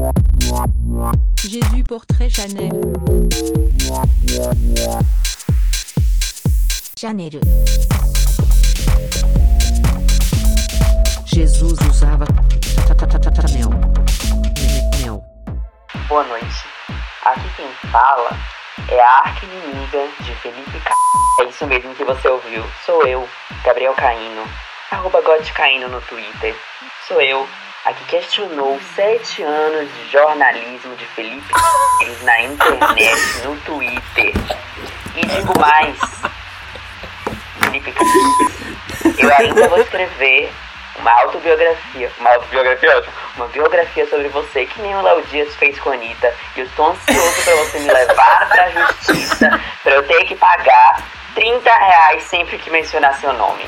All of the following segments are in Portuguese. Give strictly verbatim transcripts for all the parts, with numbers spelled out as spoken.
Jésus portrait Chanel. Chanel. Jesus usava Chanel. Chanel. Boa noite. Aqui quem fala é a arqui-inimiga de Felipe Ca... É isso mesmo que você ouviu. Sou eu, Gabriel Caíno, arroba Godcaíno no Twitter. Sou eu, a que questionou sete anos de jornalismo de Felipe C... na internet, no Twitter. E digo mais, Felipe C... eu ainda vou escrever uma autobiografia, uma autobiografia ótima, uma biografia sobre você, que nem o Léo Dias fez com a Anitta. E eu estou ansioso pra você me levar pra justiça, pra eu ter que pagar trinta reais sempre que mencionar seu nome.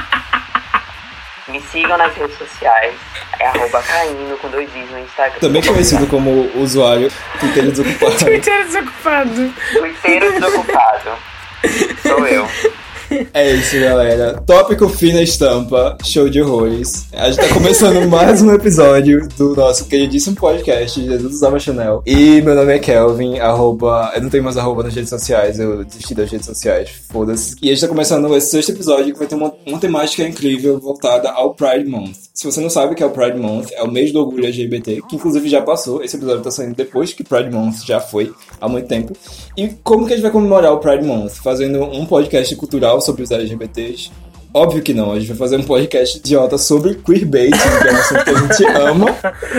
Me sigam nas redes sociais, é arroba Caíno com dois i's no Instagram. Também conhecido como usuário Twitter desocupado. Twitter desocupado. Twitter desocupado. Sou eu. É isso, galera. Tópico fim na estampa, show de horrores. A gente tá começando mais um episódio do nosso queridíssimo podcast Jesus Usava Chanel. E meu nome é Kelvin, arroba... Eu não tenho mais arroba nas redes sociais, eu desisti das redes sociais, foda-se. E a gente tá começando esse sexto episódio que vai ter uma, uma temática incrível voltada ao Pride Month. Se você não sabe o que é o Pride Month, é o mês do orgulho L G B T, que inclusive já passou. Esse episódio tá saindo depois que Pride Month já foi, há muito tempo. E como que a gente vai comemorar o Pride Month? Fazendo um podcast cultural sobre os L G B Ts? Óbvio que não, a gente vai fazer um podcast idiota sobre queerbaiting, que é um assunto que a gente ama.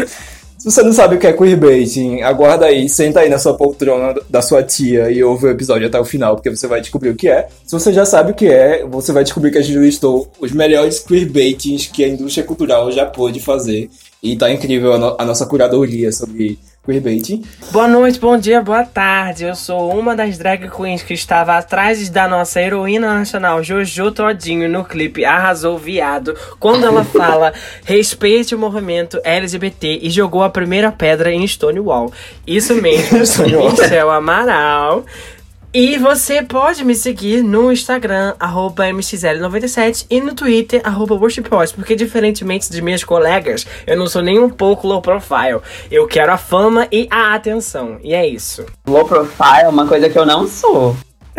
Se você não sabe o que é queerbaiting, aguarda aí, senta aí na sua poltrona da sua tia e ouve o episódio até o final, porque você vai descobrir o que é. Se você já sabe o que é, você vai descobrir que a gente listou os melhores queerbaitings que a indústria cultural já pôde fazer. E tá incrível a, no- a nossa curadoria sobre queerbaiting. Boa noite, bom dia, boa tarde. Eu sou uma das drag queens que estava atrás da nossa heroína nacional, Jojo Todinho, no clipe Arrasou Viado, quando ela fala respeite o movimento L G B T e jogou a primeira pedra em Stonewall. Isso mesmo, Michel Amaral. E você pode me seguir no Instagram, arroba M X L noventa e sete, e no Twitter, arroba worshipos, porque diferentemente de minhas colegas, eu não sou nem um pouco low profile. Eu quero a fama e a atenção, e é isso. Low profile é uma coisa que eu não sou.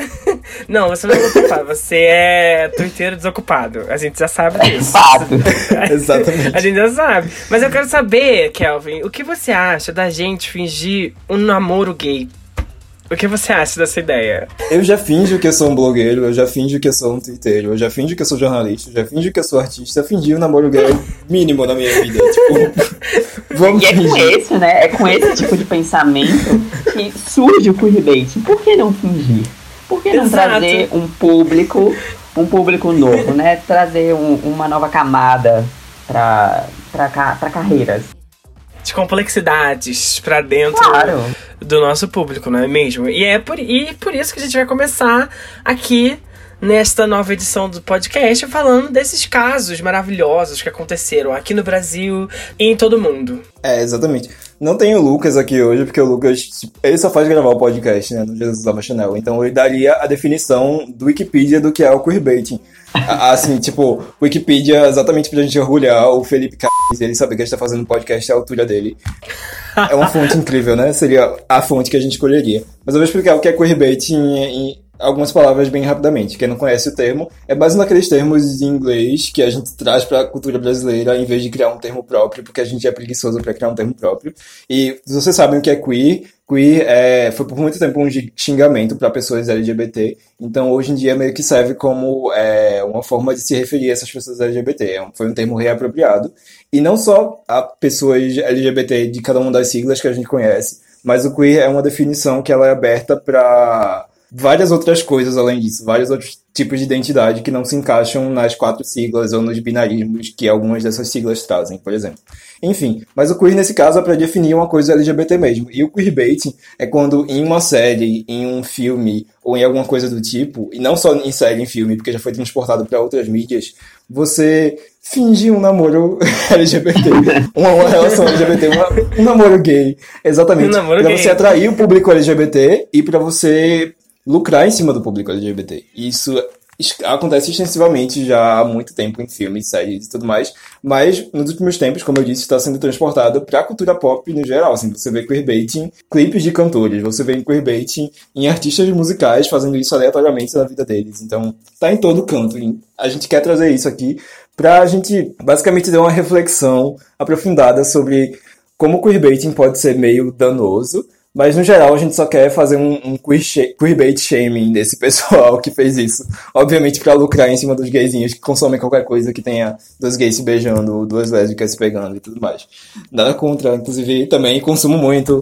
Não, você não é low profile, você é twitteiro desocupado. A gente já sabe disso. Fato. Exatamente. A gente já sabe. Mas eu quero saber, Kelvin, o que você acha da gente fingir um namoro gay? O que você acha dessa ideia? Eu já finjo que eu sou um blogueiro, eu já finjo que eu sou um twitteiro, eu já finjo que eu sou jornalista, eu já finjo que eu sou artista, eu fingi um namoro gay mínimo na minha vida. Tipo, vamos E é fingir. com esse, né? É com esse tipo de pensamento que surge o queerbaiting. Por que não fingir? Por que não Exato. trazer um público, um público novo, né? Trazer um- uma nova camada pra, pra, ca- pra carreiras. De complexidades pra dentro Claro. do nosso público, não é mesmo? E é por, e por isso que a gente vai começar aqui nesta nova edição do podcast falando desses casos maravilhosos que aconteceram aqui no Brasil e em todo mundo. É, exatamente. Não tem o Lucas aqui hoje, porque o Lucas, tipo, ele só faz gravar o podcast, né, no Jesus Usava Chanel. Então ele daria a definição do Wikipedia do que é o queerbaiting. A- Assim, tipo, Wikipedia exatamente pra gente orgulhar o Felipe C... e ele saber que a gente tá fazendo um podcast à altura dele. É uma fonte incrível, né? Seria a fonte que a gente escolheria. Mas eu vou explicar o que é queerbaiting em, em algumas palavras bem rapidamente. Quem não conhece o termo, é base naqueles termos em inglês que a gente traz pra cultura brasileira em vez de criar um termo próprio, porque a gente é preguiçoso pra criar um termo próprio. E se vocês sabem o que é queer, queer é, foi por muito tempo um xingamento para pessoas L G B T, então hoje em dia meio que serve como é, uma forma de se referir a essas pessoas L G B T. É um- Foi um termo reapropriado. E não só a pessoas L G B T de cada uma das siglas que a gente conhece, mas o queer é uma definição que ela é aberta para várias outras coisas além disso, vários outros tipos de identidade que não se encaixam nas quatro siglas ou nos binarismos que algumas dessas siglas trazem, por exemplo. Enfim, mas o queer nesse caso é para definir uma coisa L G B T mesmo. E o queerbaiting é quando em uma série, em um filme ou em alguma coisa do tipo, e não só em série, em filme, porque já foi transportado para outras mídias, você fingir um namoro L G B T, uma, uma relação L G B T, uma, um namoro gay, exatamente, Um namoro para gay. você atrair o público L G B T e para você lucrar em cima do público L G B T. Isso es- acontece extensivamente já há muito tempo em filmes, séries e tudo mais, mas nos últimos tempos, como eu disse, está sendo transportado para a cultura pop no geral. Assim, você vê queerbaiting em clipes de cantores, você vê queerbaiting em artistas musicais fazendo isso aleatoriamente na vida deles. Então, tá em todo canto. E a gente quer trazer isso aqui pra gente basicamente dar uma reflexão aprofundada sobre como o queerbaiting pode ser meio danoso, mas no geral a gente só quer fazer um, um queer sh- queerbait shaming desse pessoal que fez isso. Obviamente pra lucrar em cima dos gayzinhos que consomem qualquer coisa que tenha dois gays se beijando, duas lésbicas se pegando e tudo mais. Nada contra, inclusive também consumo muito.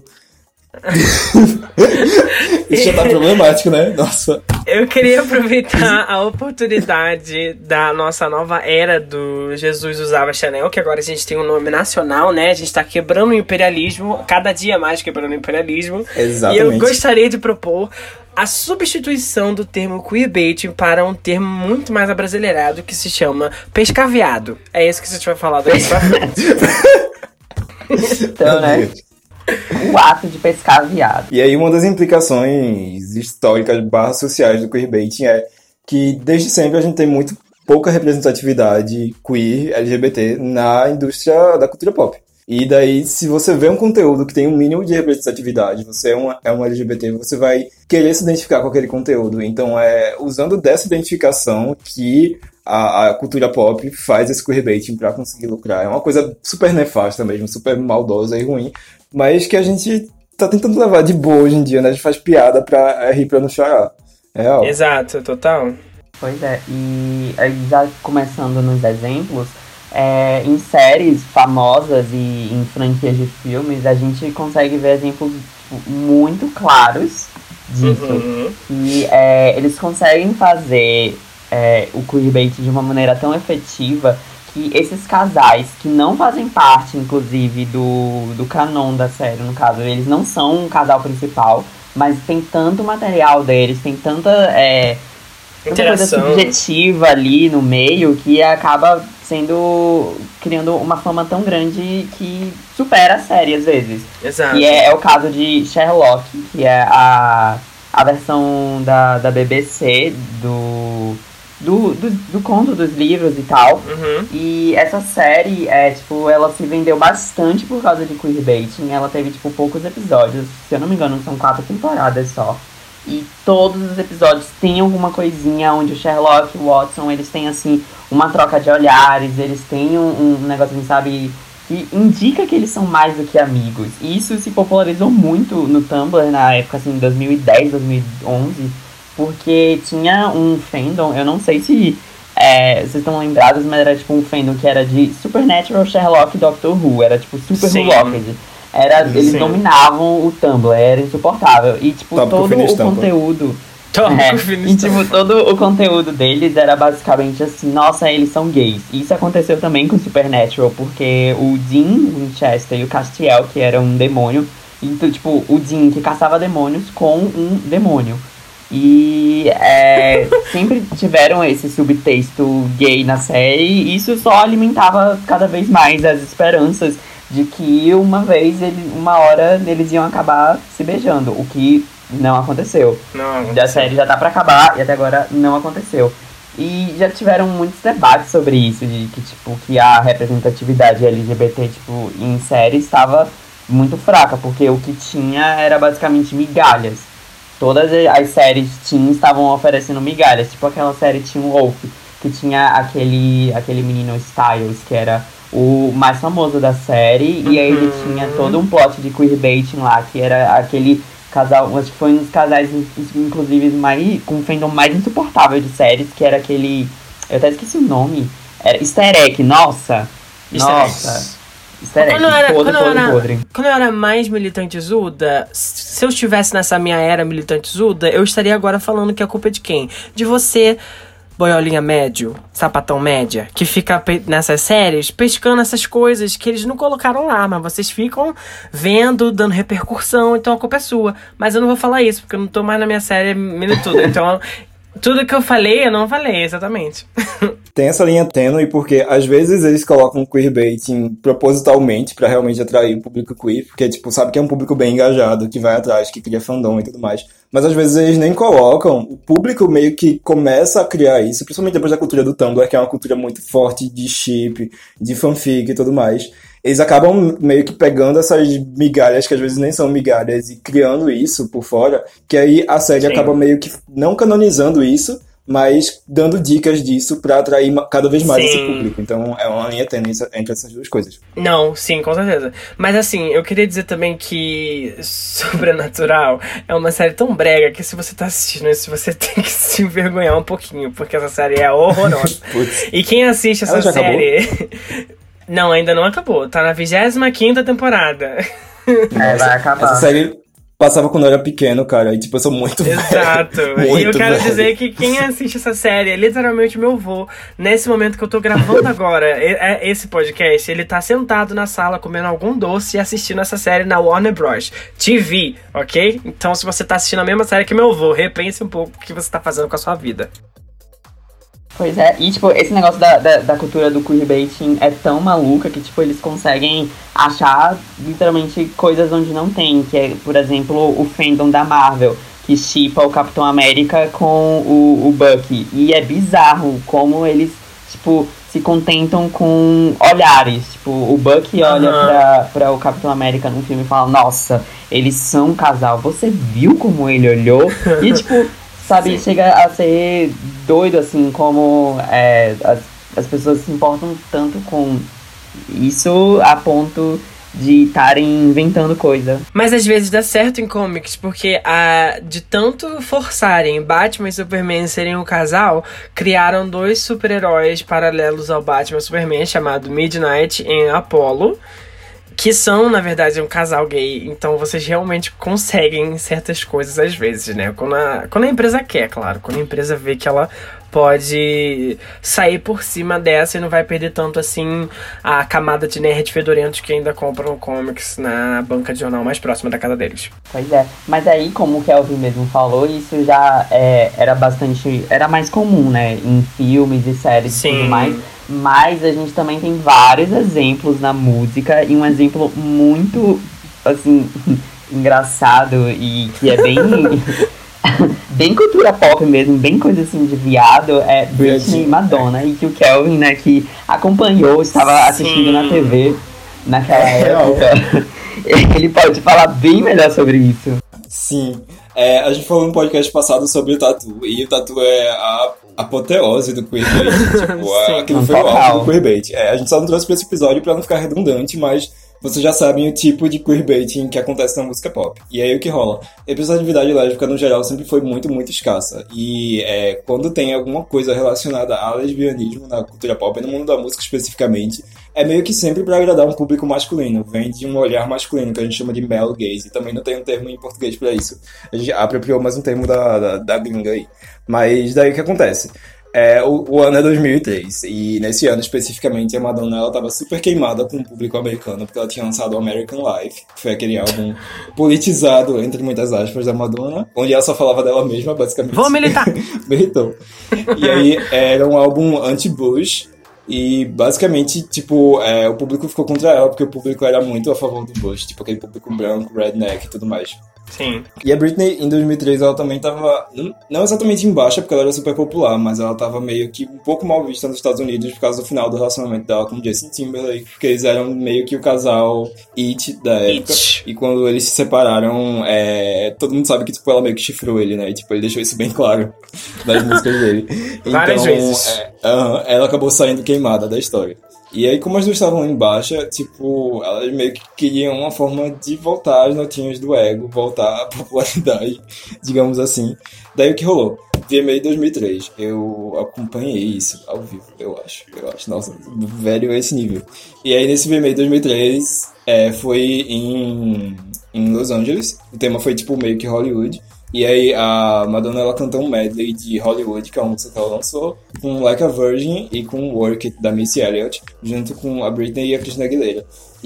Isso já tá problemático, né? Nossa. Eu queria aproveitar a oportunidade da nossa nova era do Jesus Usava Chanel, que agora a gente tem um nome nacional, né? A gente tá quebrando o imperialismo, cada dia mais quebrando o imperialismo. Exatamente. E eu gostaria de propor a substituição do termo queerbaiting para um termo muito mais abrasileirado que se chama pescaviado. É isso que a gente vai falar daqui pra frente. Então, né? O ato de pescar viado. E aí uma das implicações históricas barra sociais do queerbaiting é que desde sempre a gente tem muito pouca representatividade queer, L G B T na indústria da cultura pop. E daí, se você vê um conteúdo que tem um mínimo de representatividade, você é um, é um L G B T, você vai querer se identificar com aquele conteúdo. Então é usando dessa identificação que a, a cultura pop faz esse queerbaiting pra conseguir lucrar. É uma coisa super nefasta mesmo, super maldosa e ruim, mas que a gente tá tentando levar de boa hoje em dia, né? A gente faz piada pra rir pra não chorar. É real. Exato, total. Pois é, e aí já começando nos exemplos, é, em séries famosas e em franquias de filmes, a gente consegue ver exemplos tipo, muito claros disso. Uhum. E é, eles conseguem fazer é, o queerbait de uma maneira tão efetiva que esses casais, que não fazem parte, inclusive, do, do canon da série, no caso, eles não são um casal principal, mas tem tanto material deles, tem tanta, é, tanta coisa Interação. subjetiva ali no meio, que acaba sendo, criando uma fama tão grande que supera a série, às vezes. Exato. E é, é o caso de Sherlock, que é a, a versão da, da B B C do, do, do, do conto dos livros e tal. Uhum. E essa série, é, tipo, ela se vendeu bastante por causa de queerbaiting. Ela teve, tipo, poucos episódios. Se eu não me engano, são quatro temporadas só. E todos os episódios têm alguma coisinha onde o Sherlock e o Watson, eles têm, assim, uma troca de olhares. Eles têm um, um negócio, assim, sabe, que indica que eles são mais do que amigos. E isso se popularizou muito no Tumblr na época, assim, dois mil e dez, dois mil e onze. Porque tinha um fandom, eu não sei se é, vocês estão lembrados, mas era tipo um fandom que era de Supernatural, Sherlock e Doctor Who. Era tipo super Sim. Locked. Era, eles Sim. dominavam o Tumblr, era insuportável. E tipo, Tópico todo fina o estampa. conteúdo. Tópico é, fina e estampa. tipo, todo o conteúdo deles era basicamente assim, nossa, eles são gays. E isso aconteceu também com Supernatural, porque o Dean Winchester e o Castiel, que era um demônio, então, tipo, o Dean que caçava demônios com um demônio. E é, sempre tiveram esse subtexto gay na série, e isso só alimentava cada vez mais as esperanças de que uma vez, ele, uma hora, eles iam acabar se beijando, o que não aconteceu. Não, A série já tá pra acabar e até agora não aconteceu. E já tiveram muitos debates sobre isso, de que, tipo, que a representatividade L G B T, tipo, em série estava muito fraca, porque o que tinha era basicamente migalhas. Todas as séries teen estavam oferecendo migalhas, tipo aquela série Teen Wolf, que tinha aquele, aquele menino Styles, que era o mais famoso da série, e aí ele tinha todo um plot de queerbaiting lá, que era aquele casal, acho que foi um dos casais, inclusive, mais, com um fandom mais insuportável de séries, que era aquele, eu até esqueci o nome, era Easter Egg, nossa, Easter Egg. nossa, Easter Egg, Quando eu, era, podre, quando, eu podre, era, podre. quando eu era mais militante Zuda, se eu estivesse nessa minha era militante Zuda, eu estaria agora falando que a culpa é de quem? De você, boiolinha médio, sapatão média, que fica pe- nessas séries pescando essas coisas que eles não colocaram lá, mas vocês ficam vendo, dando repercussão, então a culpa é sua. Mas eu não vou falar isso, porque eu não tô mais na minha série milituda. Então, tudo que eu falei, eu não falei, exatamente. tem essa linha tênue, porque às vezes eles colocam queerbaiting propositalmente pra realmente atrair o público queer, porque, tipo, sabe que é um público bem engajado, que vai atrás, que cria fandom e tudo mais. Mas às vezes eles nem colocam, o público meio que começa a criar isso, principalmente depois da cultura do Tumblr, que é uma cultura muito forte de ship, de fanfic e tudo mais. Eles acabam meio que pegando essas migalhas, que às vezes nem são migalhas, e criando isso por fora, que aí a série Sim. acaba meio que não canonizando isso, mas dando dicas disso pra atrair cada vez mais sim. esse público. Então é uma linha tênue entre essas duas coisas. Não, sim, com certeza. Mas assim, eu queria dizer também que Sobrenatural é uma série tão brega que se você tá assistindo isso, você tem que se envergonhar um pouquinho, porque essa série é horrorosa. E quem assiste essa série... Não, ainda não acabou. Tá na vigésima quinta temporada. É, vai acabar. Essa série... passava quando eu era pequeno, cara, e tipo, eu sou muito Exato. velho. Exato. E eu quero velho. dizer que quem assiste essa série é literalmente meu avô. Nesse momento que eu tô gravando agora, esse podcast, ele tá sentado na sala comendo algum doce e assistindo essa série na Warner Bros. T V, ok? Então se você tá assistindo a mesma série que meu avô, repense um pouco o que você tá fazendo com a sua vida. Pois é, e tipo, esse negócio da, da, da cultura do queerbaiting é tão maluca que, tipo, eles conseguem achar literalmente coisas onde não tem, que é, por exemplo, o fandom da Marvel, que shippa o Capitão América com o, o Bucky. E é bizarro como eles, tipo, se contentam com olhares. Tipo, o Bucky olha uhum. pra, pra o Capitão América num filme e fala, nossa, eles são um casal, você viu como ele olhou? E, tipo... Sabe, Sim. chega a ser doido, assim, como é, as, as pessoas se importam tanto com isso a ponto de estarem inventando coisa. Mas às vezes dá certo em comics, porque a, de tanto forçarem Batman e Superman serem um casal, criaram dois super-heróis paralelos ao Batman e Superman, chamado Midnight e Apollo, que são, na verdade, um casal gay. Então vocês realmente conseguem certas coisas às vezes, né? Quando a, quando a empresa quer, claro. Quando a empresa vê que ela pode sair por cima dessa e não vai perder tanto assim a camada de nerd fedorentos que ainda compram comics na banca de jornal mais próxima da casa deles. Pois é. Mas aí, como o Kelvin mesmo falou, isso já é, era bastante... Era mais comum, né? Em filmes e séries Sim. e tudo mais. Mas a gente também tem vários exemplos na música, e um exemplo muito, assim, engraçado e que é bem, bem cultura pop mesmo, bem coisa assim de viado, é Britney e Madonna, e que o Kelvin, né, que acompanhou, estava assistindo Sim. na T V naquela época, ele pode falar bem melhor sobre isso. Sim, é, a gente falou no podcast passado sobre o Tatu, e o Tatu é a apoteose do queerbait, tipo, a, aquilo foi o auge do queerbait. É, a gente só não trouxe pra esse episódio pra não ficar redundante, mas vocês já sabem o tipo de queerbaiting que acontece na música pop. E aí o que rola? A representatividade lésbica, no geral, sempre foi muito, muito escassa. E é, quando tem alguma coisa relacionada a lesbianismo na cultura pop, no mundo da música especificamente, é meio que sempre pra agradar um público masculino. Vem de um olhar masculino, que a gente chama de male gaze. E também não tem um termo em português pra isso. A gente apropriou mais um termo da, da, da gringa aí. Mas daí o que acontece? É, o, o ano é dois mil e três, e nesse ano especificamente a Madonna ela tava super queimada com o público americano, porque ela tinha lançado o American Life, que foi aquele álbum politizado, entre muitas aspas, da Madonna, onde ela só falava dela mesma, basicamente. Vou militar! Militou. E aí era um álbum anti-Bush, e basicamente, tipo, é, o público ficou contra ela, porque o público era muito a favor do Bush, tipo aquele público branco, redneck e tudo mais. Sim. E a Britney, em dois mil e três, ela também tava, não exatamente em baixa, porque ela era super popular, mas ela tava meio que um pouco mal vista nos Estados Unidos por causa do final do relacionamento dela com o Justin Timberlake, porque eles eram meio que o casal it da época. It. E quando eles se separaram, é, todo mundo sabe que tipo, ela meio que chifrou ele, né? E tipo, ele deixou isso bem claro nas músicas dele. Várias então, vezes. É, uh, ela acabou saindo queimada da história. E aí, como as duas estavam em baixa, tipo, elas meio que queriam uma forma de voltar às notinhas do ego, voltar à popularidade, digamos assim. Daí o que rolou? V M A dois mil e três, eu acompanhei isso ao vivo, eu acho, eu acho, nossa, velho esse nível. E aí nesse V M A dois mil e três, é, foi em, em Los Angeles, o tema foi tipo meio que Hollywood. E aí a Madonna ela cantou um medley de Hollywood, que é uma música que ela lançou, com Like a Virgin e com Work It, da Missy Elliott, junto com a Britney e a Christina Aguilera.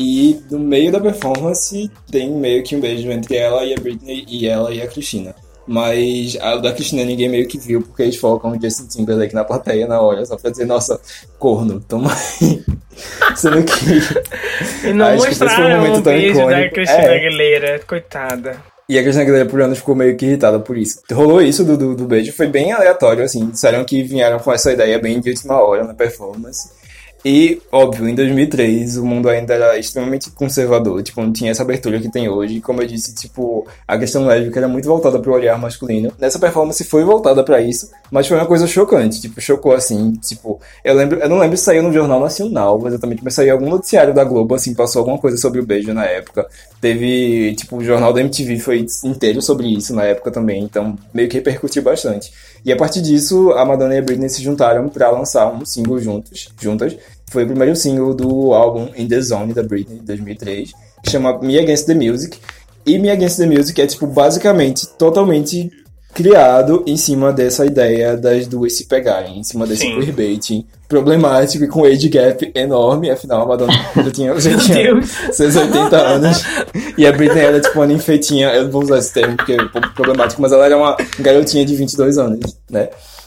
E no meio da performance tem meio que um beijo entre ela e a Britney e ela e a Christina. Mas a da Cristina ninguém meio que viu, porque eles focam o Justin Timberlake na plateia na hora, só pra dizer, nossa, corno, toma aí. Sendo que... E não acho que esse foi um mostraram momento o tão beijo da icônico. Cristina É. Aguilera, coitada. E a Cristina Aguilera por anos ficou meio que irritada por isso. Rolou isso do, do, do beijo, foi bem aleatório, assim. Disseram que vieram com essa ideia bem de última hora na performance. E, óbvio, em dois mil e três o mundo ainda era extremamente conservador, tipo, não tinha essa abertura que tem hoje. E como eu disse, tipo, a questão lésbica era muito voltada pro olhar masculino. Nessa performance foi voltada pra isso, mas foi uma coisa chocante, tipo, chocou assim, tipo, eu lembro, eu não lembro se saiu no Jornal Nacional, exatamente, mas saiu em algum noticiário da Globo, assim, passou alguma coisa sobre o beijo na época. Teve, tipo, o jornal da M T V foi inteiro sobre isso na época também, então meio que repercutiu bastante. E a partir disso, a Madonna e a Britney se juntaram pra lançar um single juntos, juntas. Foi o primeiro single do álbum In The Zone, da Britney, de dois mil e três, que chama Me Against The Music. E Me Against The Music é, tipo, basicamente, totalmente criado em cima dessa ideia das duas se pegarem, em cima desse Sim. queerbaiting problemático e com age gap enorme. Afinal, a Madonna já tinha, já tinha Deus. seus oitenta anos. E a Britney era, tipo, uma ninfeitinha, eu não vou usar esse termo porque é um pouco problemático, mas ela era uma garotinha de vinte e dois anos, né?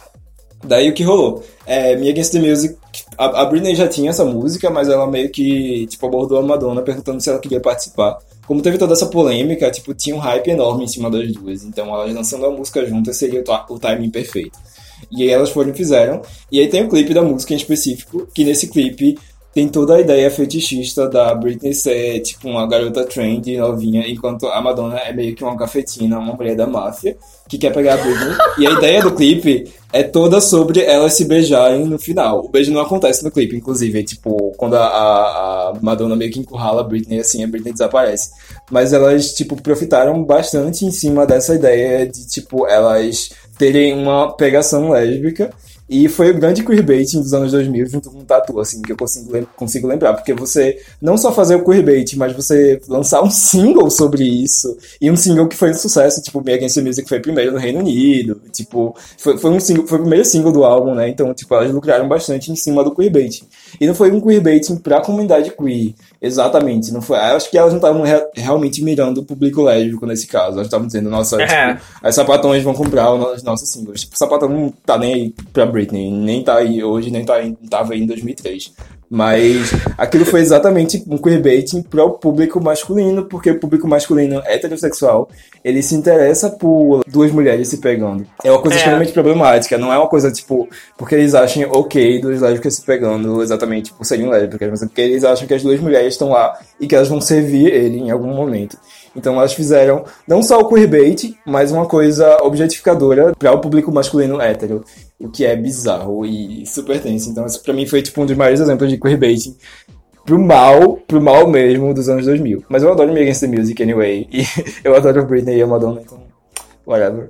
Daí o que rolou? É, Me Against The Music, a, a Britney já tinha essa música, mas ela meio que, tipo, abordou a Madonna perguntando se ela queria participar. Como teve toda essa polêmica, tipo, tinha um hype enorme em cima das duas. Então, elas lançando a música juntas seria o, ta- o timing perfeito. E aí elas foram e fizeram. E aí tem o clipe da música em específico, que nesse clipe tem toda a ideia fetichista da Britney ser, tipo, uma garota trendy, novinha, enquanto a Madonna é meio que uma cafetina, uma mulher da máfia, que quer pegar a Britney. E a ideia do clipe é toda sobre elas se beijarem no final. O beijo não acontece no clipe, inclusive, é, tipo, quando a, a, a Madonna meio que encurrala a Britney, assim, a Britney desaparece. Mas elas, tipo, profitaram bastante em cima dessa ideia de, tipo, elas terem uma pegação lésbica. E foi o grande queerbaiting dos anos dois mil junto com o Tatu, assim, que eu consigo, lem- consigo lembrar. Porque você não só fazer o queerbaiting, mas você lançar um single sobre isso. E um single que foi um sucesso, tipo, Me Against The Music foi primeiro no Reino Unido. Tipo, foi, foi, um single, foi o primeiro single do álbum, né? Então, tipo, elas lucraram bastante em cima do queerbaiting. E não foi um queerbaiting pra comunidade queer, exatamente. Não foi, eu acho que elas não estavam re- realmente mirando o público lésbico nesse caso. Elas estavam dizendo, nossa, É. tipo, as sapatões vão comprar os nossos singles. Tipo, o sapatão não tá nem aí pra Britney, nem tá aí hoje, nem tá aí, tava aí em dois mil e três. Mas aquilo foi exatamente um queerbaiting pro público masculino, porque o público masculino heterossexual, ele se interessa por duas mulheres se pegando. É uma coisa É. extremamente problemática, não é uma coisa, tipo, porque eles acham ok duas lésbicas se pegando exatamente por serem lésbicas, mas é porque eles acham que as duas mulheres estão lá e que elas vão servir ele em algum momento. Então elas fizeram não só o queerbait, mas uma coisa objetificadora para o público masculino hétero, o que é bizarro e super tenso. Então isso pra mim foi tipo um dos maiores exemplos de queerbaiting pro mal, pro mal mesmo dos anos dois mil. Mas eu adoro Me Against The Music anyway, e eu adoro a Britney e a Madonna, então whatever.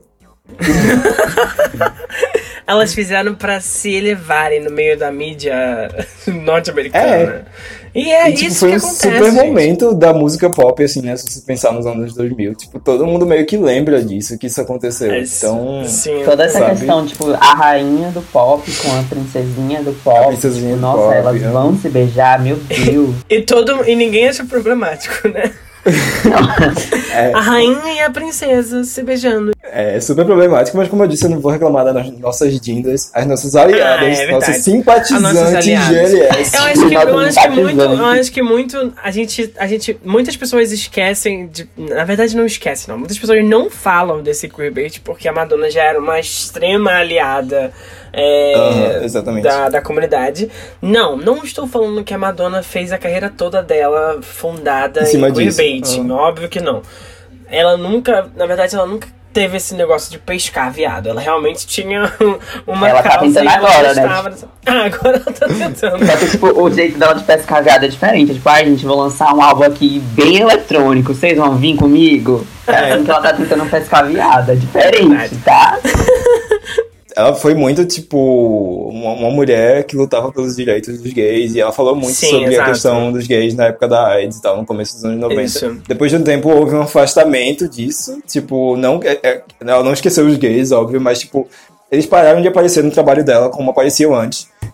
Elas fizeram pra se elevarem no meio da mídia norte-americana. E é E, tipo, isso foi que um acontece. super gente. momento da música pop, assim, né? Se você pensar nos anos dois mil. Tipo, todo mundo meio que lembra disso, que isso aconteceu. É, Então, sim. Toda essa Sabe? questão, tipo, a rainha do pop com a princesinha do pop. A princesinha tipo, do nossa, pop, elas é. vão se beijar, meu Deus. E, todo, e ninguém acha problemático, né? é, A rainha e a princesa se beijando. é super problemático, mas como eu disse, eu não vou reclamar das nossas dindas, as nossas aliadas, Ah, é verdade. nossas As simpatizantes nossas de aliadas. G L S. Eu acho que, eu Nossa, acho que muito, simpatizante. eu acho que muito a gente, a gente, muitas pessoas esquecem de, na verdade não esquecem não, muitas pessoas não falam desse queerbait porque a Madonna já era uma extrema aliada é, Aham, exatamente. da, da comunidade. Não, não estou falando que a Madonna fez a carreira toda dela fundada Em em, cima disso. queerbaiting, óbvio que não. Ela nunca, na verdade ela nunca teve esse negócio de pescar viado. Ela realmente tinha uma Ela tá calça tentando e ela agora, né? gostava dessa- Ah, agora ela tá tentando. Só que, tipo, o jeito dela de pescar viado é diferente. Tipo, ai, gente, vou lançar um álbum aqui bem eletrônico. Vocês vão vir comigo? É assim que ela tá tentando pescar viado. É diferente, tá? Ela foi muito, tipo, uma, uma mulher que lutava pelos direitos dos gays, e ela falou muito Sim, sobre exato. a questão dos gays na época da AIDS e tal, no começo dos anos noventa. Isso. Depois de um tempo houve um afastamento disso, tipo, não, é, é, ela não esqueceu os gays, óbvio, mas, tipo, eles pararam de aparecer no trabalho dela como apareciam antes.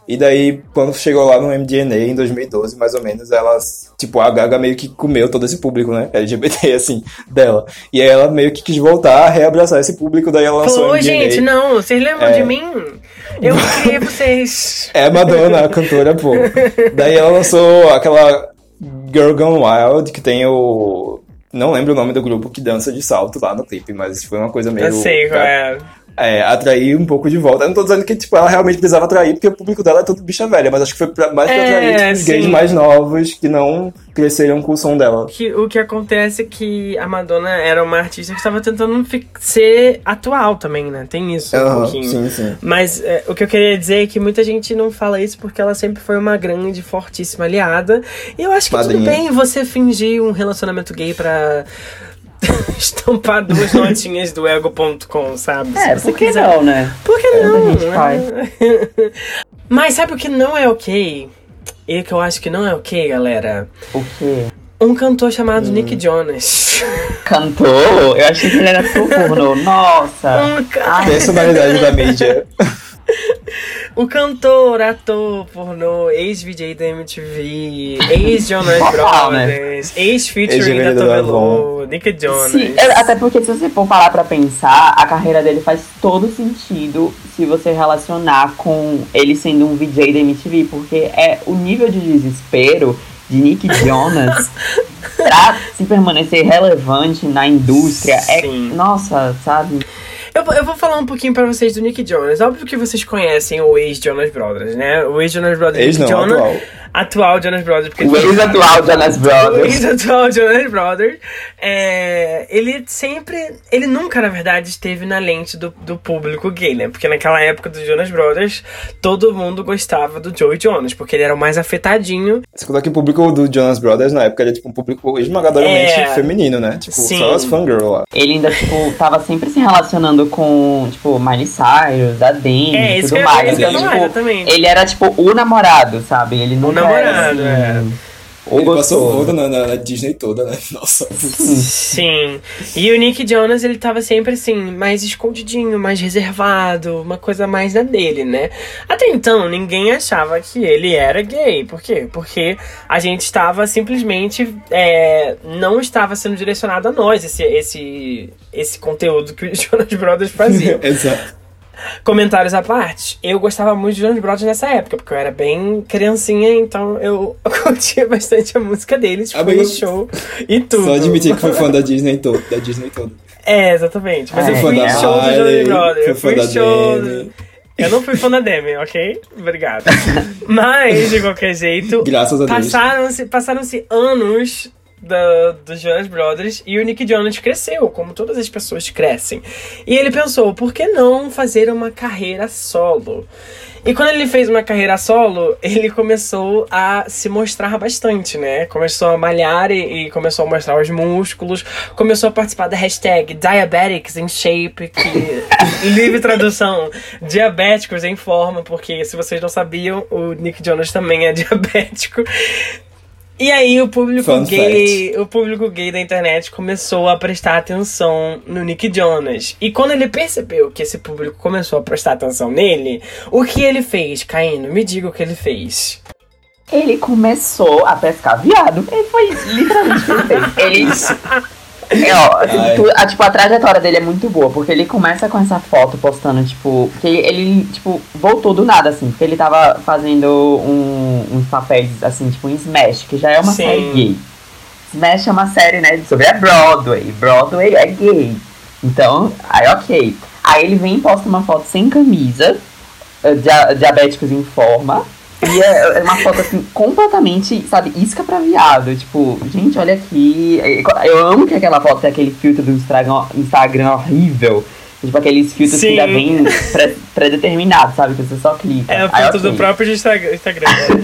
E daí, quando chegou lá no M D N A em dois mil e doze, mais ou menos, ela, tipo, a Gaga meio que comeu todo esse público, né, L G B T, assim, dela. E aí ela meio que quis voltar a reabraçar esse público, daí ela lançou o Pô, M D N A. gente, não, vocês lembram É. de mim? Eu criei vocês. É Madonna, a cantora, pô. Daí ela lançou aquela Girl Gone Wild, que tem o... Não lembro o nome do grupo que dança de salto lá no clipe, mas foi uma coisa meio... Eu sei qual é. É, atrair um pouco de volta. Eu não tô dizendo que, tipo, ela realmente precisava atrair, porque o público dela é todo bicha velha, mas acho que foi pra, mais pra É, atrair tipo, os gays sim. mais novos que não cresceram com o som dela. Que, o que acontece é que a Madonna era uma artista que estava tentando fi- ser atual também, né? Tem isso um Aham, pouquinho. sim, sim. Mas é, o que eu queria dizer é que muita gente não fala isso porque ela sempre foi uma grande, fortíssima aliada. E eu acho que Madrinha. tudo bem você fingir um relacionamento gay pra estampar duas notinhas do ego ponto com, sabe? É, Se você por que quiser. não, né? Por que não? Muita gente faz. Mas sabe o que não é ok? E que eu acho que não é ok, galera? O quê? Um cantor chamado Hum. Nick Jonas. Cantor? Eu achei que ele era ator pornô. Nossa! Um ca- Personalidade da mídia. O cantor, ator, pornô, ex-V J da M T V, ex-Jonas Total, né? Brothers, ex-featuring da Ex-vendedor Tove da Avon. Lo, Nick Jonas. Sim, é, até porque se você for parar pra pensar, a carreira dele faz todo sentido se você relacionar com ele sendo um V J da M T V, porque é o nível de desespero de Nick Jonas pra se permanecer relevante na indústria. Sim. É, nossa, sabe? Eu, vou- eu vou falar um pouquinho pra vocês do Nick Jonas. Óbvio que vocês conhecem o ex-Jonas Brothers, né? O ex-Jonas Brothers, Ex Nick não, Jonas. atual. Atual Jonas Brothers. Porque O ex-atual Jonas O Brothers. ex-atual Jonas Brothers. É, ele sempre... Ele nunca, na verdade, esteve na lente do, do público gay, né? Porque naquela época do Jonas Brothers, todo mundo gostava do Joey Jonas, porque ele era o mais afetadinho. Você conta que o público do Jonas Brothers, na época, era tipo um público esmagadoramente É. feminino, né? Tipo, Sim. só as fangirl lá. Ele ainda, tipo, tava sempre se relacionando com, tipo, Miley Cyrus, a Demi É, e isso tudo que eu- mais. isso que eu ia Então, falar, tipo, exatamente. ele era, tipo, o namorado, sabe? Ele nunca namorado, era, é. assim, o Ele passou gostoso. toda na, na- na Disney toda, né? Nossa. Sim. E o Nick Jonas, ele tava sempre assim, mais escondidinho, mais reservado, uma coisa mais na dele, né? Até então, ninguém achava que ele era gay. Por quê? Porque a gente estava simplesmente. É, não estava sendo direcionado a nós esse, esse, esse conteúdo que os Jonas Brothers faziam. Exato. Comentários à parte, eu gostava muito de Jonas Brothers nessa época, porque eu era bem criancinha, então eu curtia bastante a música deles, fui Amigo, em show e tudo. Só admitir que foi fã da Disney toda. Da Disney toda. É, exatamente. Mas É, eu foi fui fã em da show do Jonas Miley, Brothers. Eu foi fui fã em da show. Demi. do- Eu não fui fã da Demi, ok? Obrigado. Mas, de qualquer jeito, Graças a Deus. passaram-se passaram-se anos da, dos Jonas Brothers e o Nick Jonas cresceu, como todas as pessoas crescem. E ele pensou, por que não fazer uma carreira solo? E quando ele fez uma carreira solo, ele começou a se mostrar bastante, né? Começou a malhar e, e começou a mostrar os músculos. Começou a participar da hashtag Diabetics in Shape, que, livre tradução, diabéticos em forma, porque se vocês não sabiam, o Nick Jonas também é diabético. E aí o público Fun gay, o público gay da internet começou a prestar atenção no Nick Jonas. E quando ele percebeu que esse público começou a prestar atenção nele, o que ele fez, Caíno? Me diga o que ele fez. Ele começou a pescar viado. Ele foi literalmente o que ele fez. Ele. É, ó, Ai. tu- a, tipo, a trajetória dele é muito boa, porque ele começa com essa foto postando, tipo, que ele, tipo, voltou do nada, assim, porque ele tava fazendo um, uns papéis, assim, tipo, em Smash, que já é uma Sim. série gay. Smash é uma série, né, sobre a Broadway. Broadway é gay. Então, aí ok. Aí ele vem e posta uma foto sem camisa, eh, dia- diabéticos em forma. E é é uma foto assim, completamente, sabe, isca pra viado. Tipo, gente, olha aqui. Eu amo que aquela foto tem aquele filtro do Instagram, Instagram horrível. Tipo, aqueles filtros Sim. que já vem pré- pré-determinados, sabe? Que você só clica. É o Aí, filtro do ok. próprio Instagram. Instagram.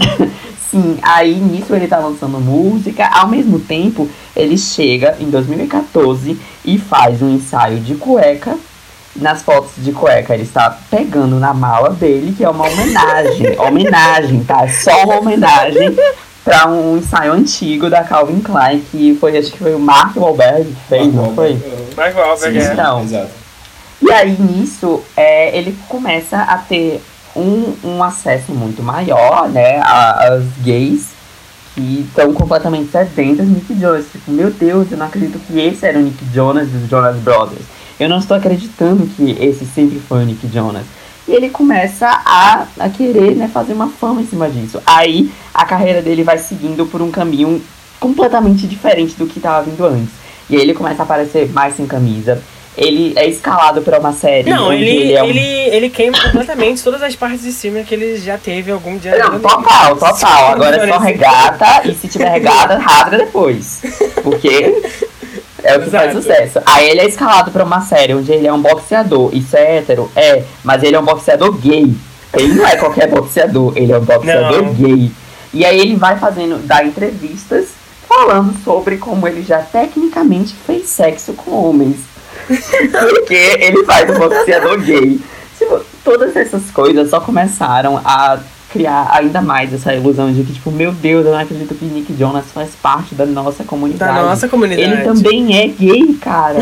Sim, aí nisso ele tá lançando música. Ao mesmo tempo, ele chega em dois mil e quatorze e faz um ensaio de cueca. Nas fotos de cueca, ele está pegando na mala dele, que é uma homenagem. homenagem, tá? Só uma homenagem pra um ensaio antigo da Calvin Klein, que foi, acho que foi o Mark Wahlberg que fez, não foi? Mark Wahlberg, Sim. é. Então. Exato. E aí, nisso, é, ele começa a ter um, um acesso muito maior, né, a- aos gays que estão completamente sedentas do Nick Jonas. Tipo, meu Deus, eu não acredito que esse era o Nick Jonas dos Jonas Brothers. Eu não estou acreditando que esse sempre foi o Nick Jonas. E ele começa a, a querer, né, fazer uma fama em cima disso. Aí a carreira dele vai seguindo por um caminho completamente diferente do que estava vindo antes. E aí ele começa a aparecer mais sem camisa. Ele é escalado para uma série. Não, onde ele, ele, é um... ele, ele queima completamente todas as partes de cima que ele já teve algum dia. Não, total, total. Agora é só regata, e se tiver regata, rasga depois. Porque é o que faz Exato. sucesso. Aí ele é escalado pra uma série onde ele é um boxeador. Isso é hétero? É, mas ele é um boxeador gay. Ele não é qualquer boxeador, ele é um boxeador Não. gay. E aí ele vai fazendo, dá entrevistas falando sobre como ele já tecnicamente fez sexo com homens. Porque ele faz um boxeador gay. Tipo, todas essas coisas só começaram a criar ainda mais essa ilusão de que, tipo, meu Deus, eu não acredito que Nick Jonas faz parte da nossa comunidade. Da nossa comunidade. Ele também é gay, cara.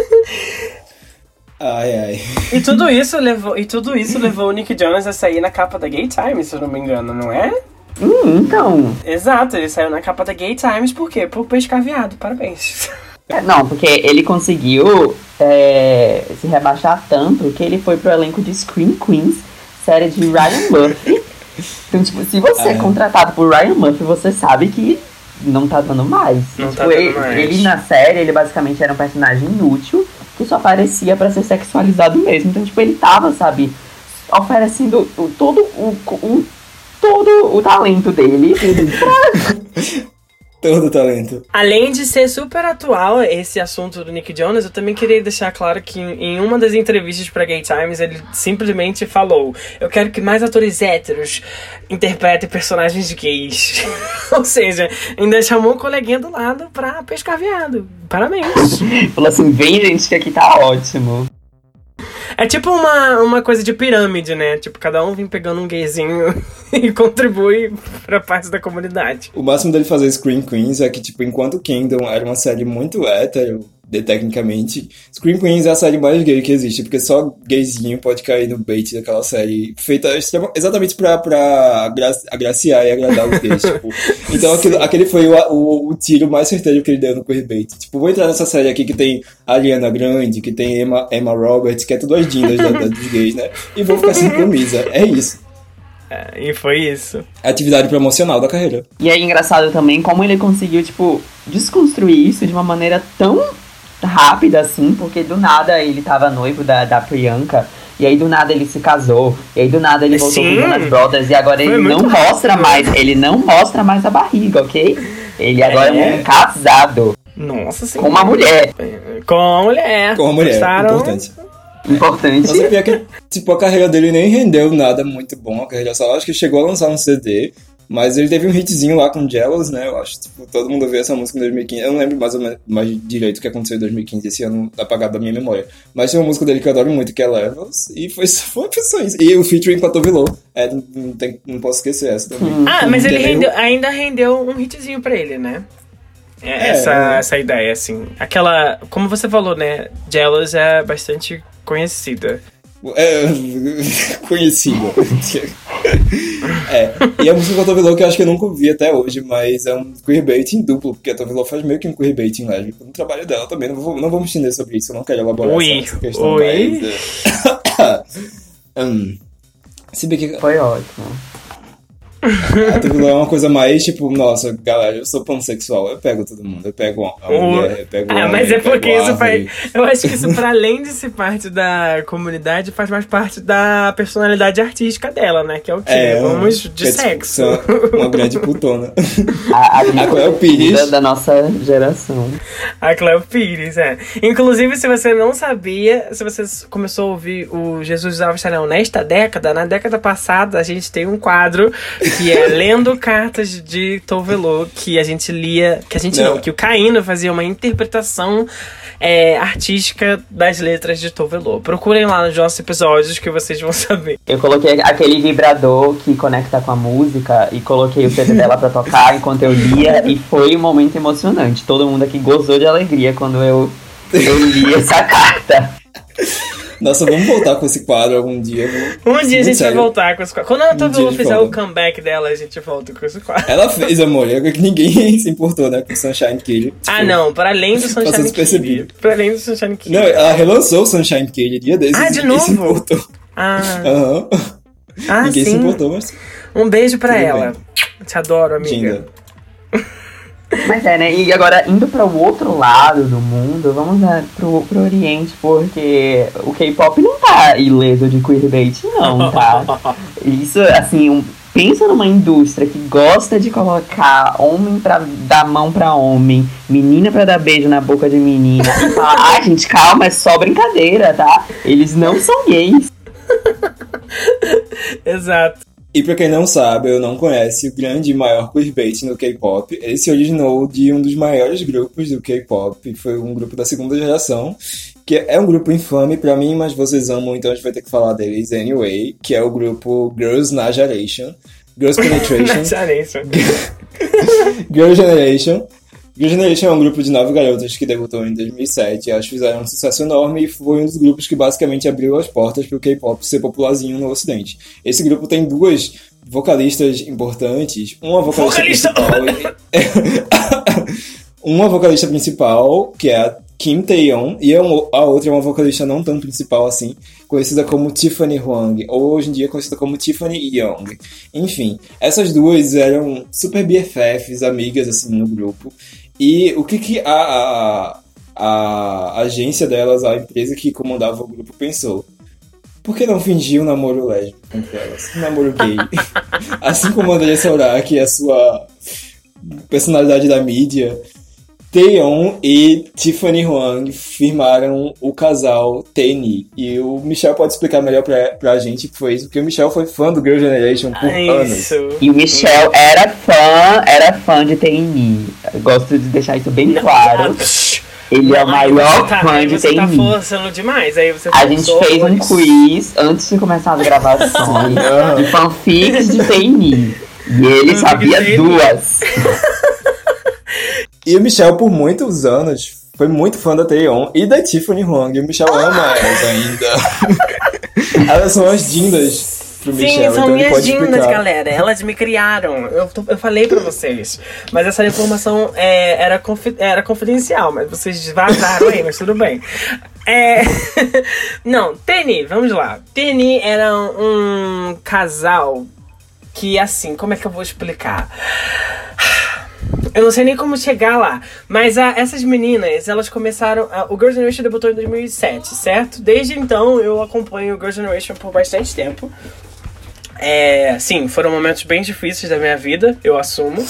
Ai, ai. E tudo isso levou, e tudo isso levou o Nick Jonas a sair na capa da Gay Times, se eu não me engano, não é? hum, então... Exato, ele saiu na capa da Gay Times, por quê? Por pescar viado, parabéns. É, não, porque ele conseguiu é, se rebaixar tanto que ele foi pro elenco de Scream Queens, série de Ryan Murphy. Então, tipo, se você é Ah. contratado por Ryan Murphy, você sabe que não tá dando mais. Não tipo, tá dando ele, mais. ele na série, ele basicamente era um personagem inútil que só aparecia pra ser sexualizado mesmo. Então, tipo, ele tava, sabe, oferecendo o, todo, o, o, todo o talento dele pra Todo talento. Além de ser super atual esse assunto do Nick Jonas, eu também queria deixar claro que em uma das entrevistas pra Gay Times ele simplesmente falou: eu quero que mais atores héteros interpretem personagens gays. Ou seja, ainda chamou o coleguinha do lado pra pescar viado. Parabéns. falou assim, vem gente que aqui tá ótimo. É tipo uma, uma coisa de pirâmide, né? Tipo, cada um vem pegando um gayzinho e contribui pra parte da comunidade. O máximo dele fazer Scream Queens é que, tipo, enquanto Kingdom era uma série muito hétero, de, tecnicamente, Scream Queens é a série mais gay que existe, porque só gayzinho pode cair no bait daquela série, feita extrema, exatamente pra, pra agra, agraciar e agradar os gays, tipo. Então aquilo, aquele foi o, o, o tiro mais certeiro que ele deu no queerbait. Tipo, vou entrar nessa série aqui que tem a Ariana Grande, que tem Emma, Emma Roberts, que é tudo as dindas da, da, dos gays, né? E vou ficar sem camisa. É isso. É, e foi isso. Atividade promocional da carreira. E é engraçado também como ele conseguiu, tipo, desconstruir isso de uma maneira tão rápida assim, porque do nada ele tava noivo da, da Priyanka, e aí do nada ele se casou, e aí do nada ele voltou Sim. com o Jonas Brothers, e agora Foi ele não muito mostra rápido. mais, ele não mostra mais a barriga, ok? Ele agora é, É. um casado Nossa com senhora. uma mulher. Com a mulher. Com a mulher, Gostaram? importante. Importante. Você vê que, tipo, a carreira dele nem rendeu nada muito bom, a carreira só, acho que chegou a lançar um C D, mas ele teve um hitzinho lá com Jealous, né, eu acho, tipo, todo mundo ouviu essa música em dois mil e quinze, eu não lembro mais ou menos mais direito o que aconteceu em dois mil e quinze, esse ano tá apagado da minha memória, mas tem uma música dele que eu adoro muito, que é Levels, e foi só, foi só isso, e o featuring com a Tovilô, é, não, não, tem, não posso esquecer essa também. Ah, mas ele Entendeu? rendeu- ainda rendeu um hitzinho pra ele, né? É, É, essa, é. essa ideia, assim. Aquela, como você falou, né? Jealous é bastante conhecida. É, conhecida. É, e a música com a Tovilô que eu acho que eu nunca ouvi até hoje, mas é um queerbaiting duplo, porque a Tovilô faz meio que um queerbaiting lésbico no trabalho dela também, não vou, não vou me estender sobre isso, eu não quero elaborar Ui, essa, essa questão, ui. mas... é, hum, se bem que Foi ótimo. a Tovilô é uma coisa mais, tipo, nossa, galera, eu sou pansexual, eu pego todo mundo, eu pego a mulher, eu pego o Ah, homem, mas é eu pego porque a isso árvore. faz. Eu acho que isso, pra além de ser parte da comunidade, faz mais parte da personalidade artística dela, né? Que é o quê? É, Vamos de que é, tipo, sexo. uma- uma grande putona. A, a, A Cleo Pires. da nossa geração. A Cleo Pires, é. Inclusive, se você não sabia, se você começou a ouvir o Jesus Usava Chanel nesta década, na década passada, a gente tem um quadro que é Lendo Cartas de Tovelô, que a gente lia, que a gente não, Não. que o Caíno fazia uma interpretação é, artística das letras de Tovelô. Procurem lá nos nossos episódios que vocês vão saber. Eu coloquei aquele vibrador que conecta com a música e coloquei o C D dela pra tocar enquanto eu lia e foi um momento emocionante. Todo mundo aqui gozou de alegria quando eu, eu li essa carta. Nossa, vamos voltar com esse quadro algum dia. Vou... Um dia a Muito gente sério. vai voltar com esse quadro. Quando a Um dia a Tavula gente fizer volta. o comeback dela, a gente volta com esse quadro. Ela fez, amor, é que ninguém se importou, né, com Sunshine Kid. Ah, Tipo, não, para além do passou Sunshine Kid. despercebido. Para além do Sunshine Kid. Não, ela relançou o Sunshine Kid dia desses. Ah, de ninguém se novo? importou. Ah, Aham. ah Ninguém se sim. importou, mas... Um beijo pra Tudo ela. Te adoro, amiga. Dinda. Mas é, né? E agora, indo para o outro lado do mundo, vamos né, pro, pro Oriente, porque o K-pop não tá ileso de queerbait, não, tá? Isso, assim, um, pensa numa indústria que gosta de colocar homem pra dar mão pra homem, menina pra dar beijo na boca de menina, e falar, ah, gente, calma, é só brincadeira, tá? Eles não são gays. Exato. E pra quem não sabe, ou não conhece, o grande e maior queerbait no K-pop, ele se originou de um dos maiores grupos do K-pop, foi um grupo da segunda geração, que é um grupo infame pra mim, mas vocês amam, então a gente vai ter que falar deles anyway, que é o grupo Girls' Generation, Girls' Penetration, Generation. Girls' Generation. Girls' Generation é um grupo de nove garotas que debutou em dois mil e sete, elas fizeram um sucesso enorme e foi um dos grupos que basicamente abriu as portas para o K-pop ser popularzinho no ocidente. Esse grupo tem duas vocalistas importantes, uma vocalista, Vocalista! principal uma vocalista principal, que é a Kim Tae-yeon, e a outra é uma vocalista não tão principal assim, conhecida como Tiffany Huang, ou hoje em dia conhecida como Tiffany Young. Enfim, essas duas eram super B F Fs, amigas assim no grupo. E o que, que a, a, a agência delas, a empresa que comandava o grupo, pensou? Por que não fingir um namoro lésbico entre elas? Um namoro gay. Assim como Andressa Urach, a sua personalidade da mídia, Taeyeon e Tiffany Huang firmaram o casal T N I. E o Michel pode explicar melhor pra, pra gente que foi isso, porque o Michel foi fã do Girl Generation por anos. Isso. E o Michel era fã, era fã de T N I. Gosto de deixar isso bem claro. Ele é o Aí maior você tá, fã aí de você T tá N I. forçando demais. Aí você A gente forçou fez um horrores. quiz antes de começar as gravações de fanfics de T N I. E ele Fanfic sabia de T N I. duas. E o Michel, por muitos anos, foi muito fã da Taeyeon e da Tiffany Huang. E o Michel ama elas ainda. Elas são as dindas pro Sim, Michel, são então ele minhas pode dindas, explicar. galera. Elas me criaram. Eu, tô- eu falei pra vocês. Mas essa informação é, era, confi- era confidencial. Mas vocês vazaram aí, mas tudo bem. É... Não, T N I, vamos lá. T N I era um casal que, assim, como é que eu vou explicar? Eu não sei nem como chegar lá. Mas a, essas meninas, elas começaram... A, o Girl Generation debutou em dois mil e sete, certo? Desde então, eu acompanho o Girl Generation por bastante tempo. É, sim, foram momentos bem difíceis da minha vida, eu assumo.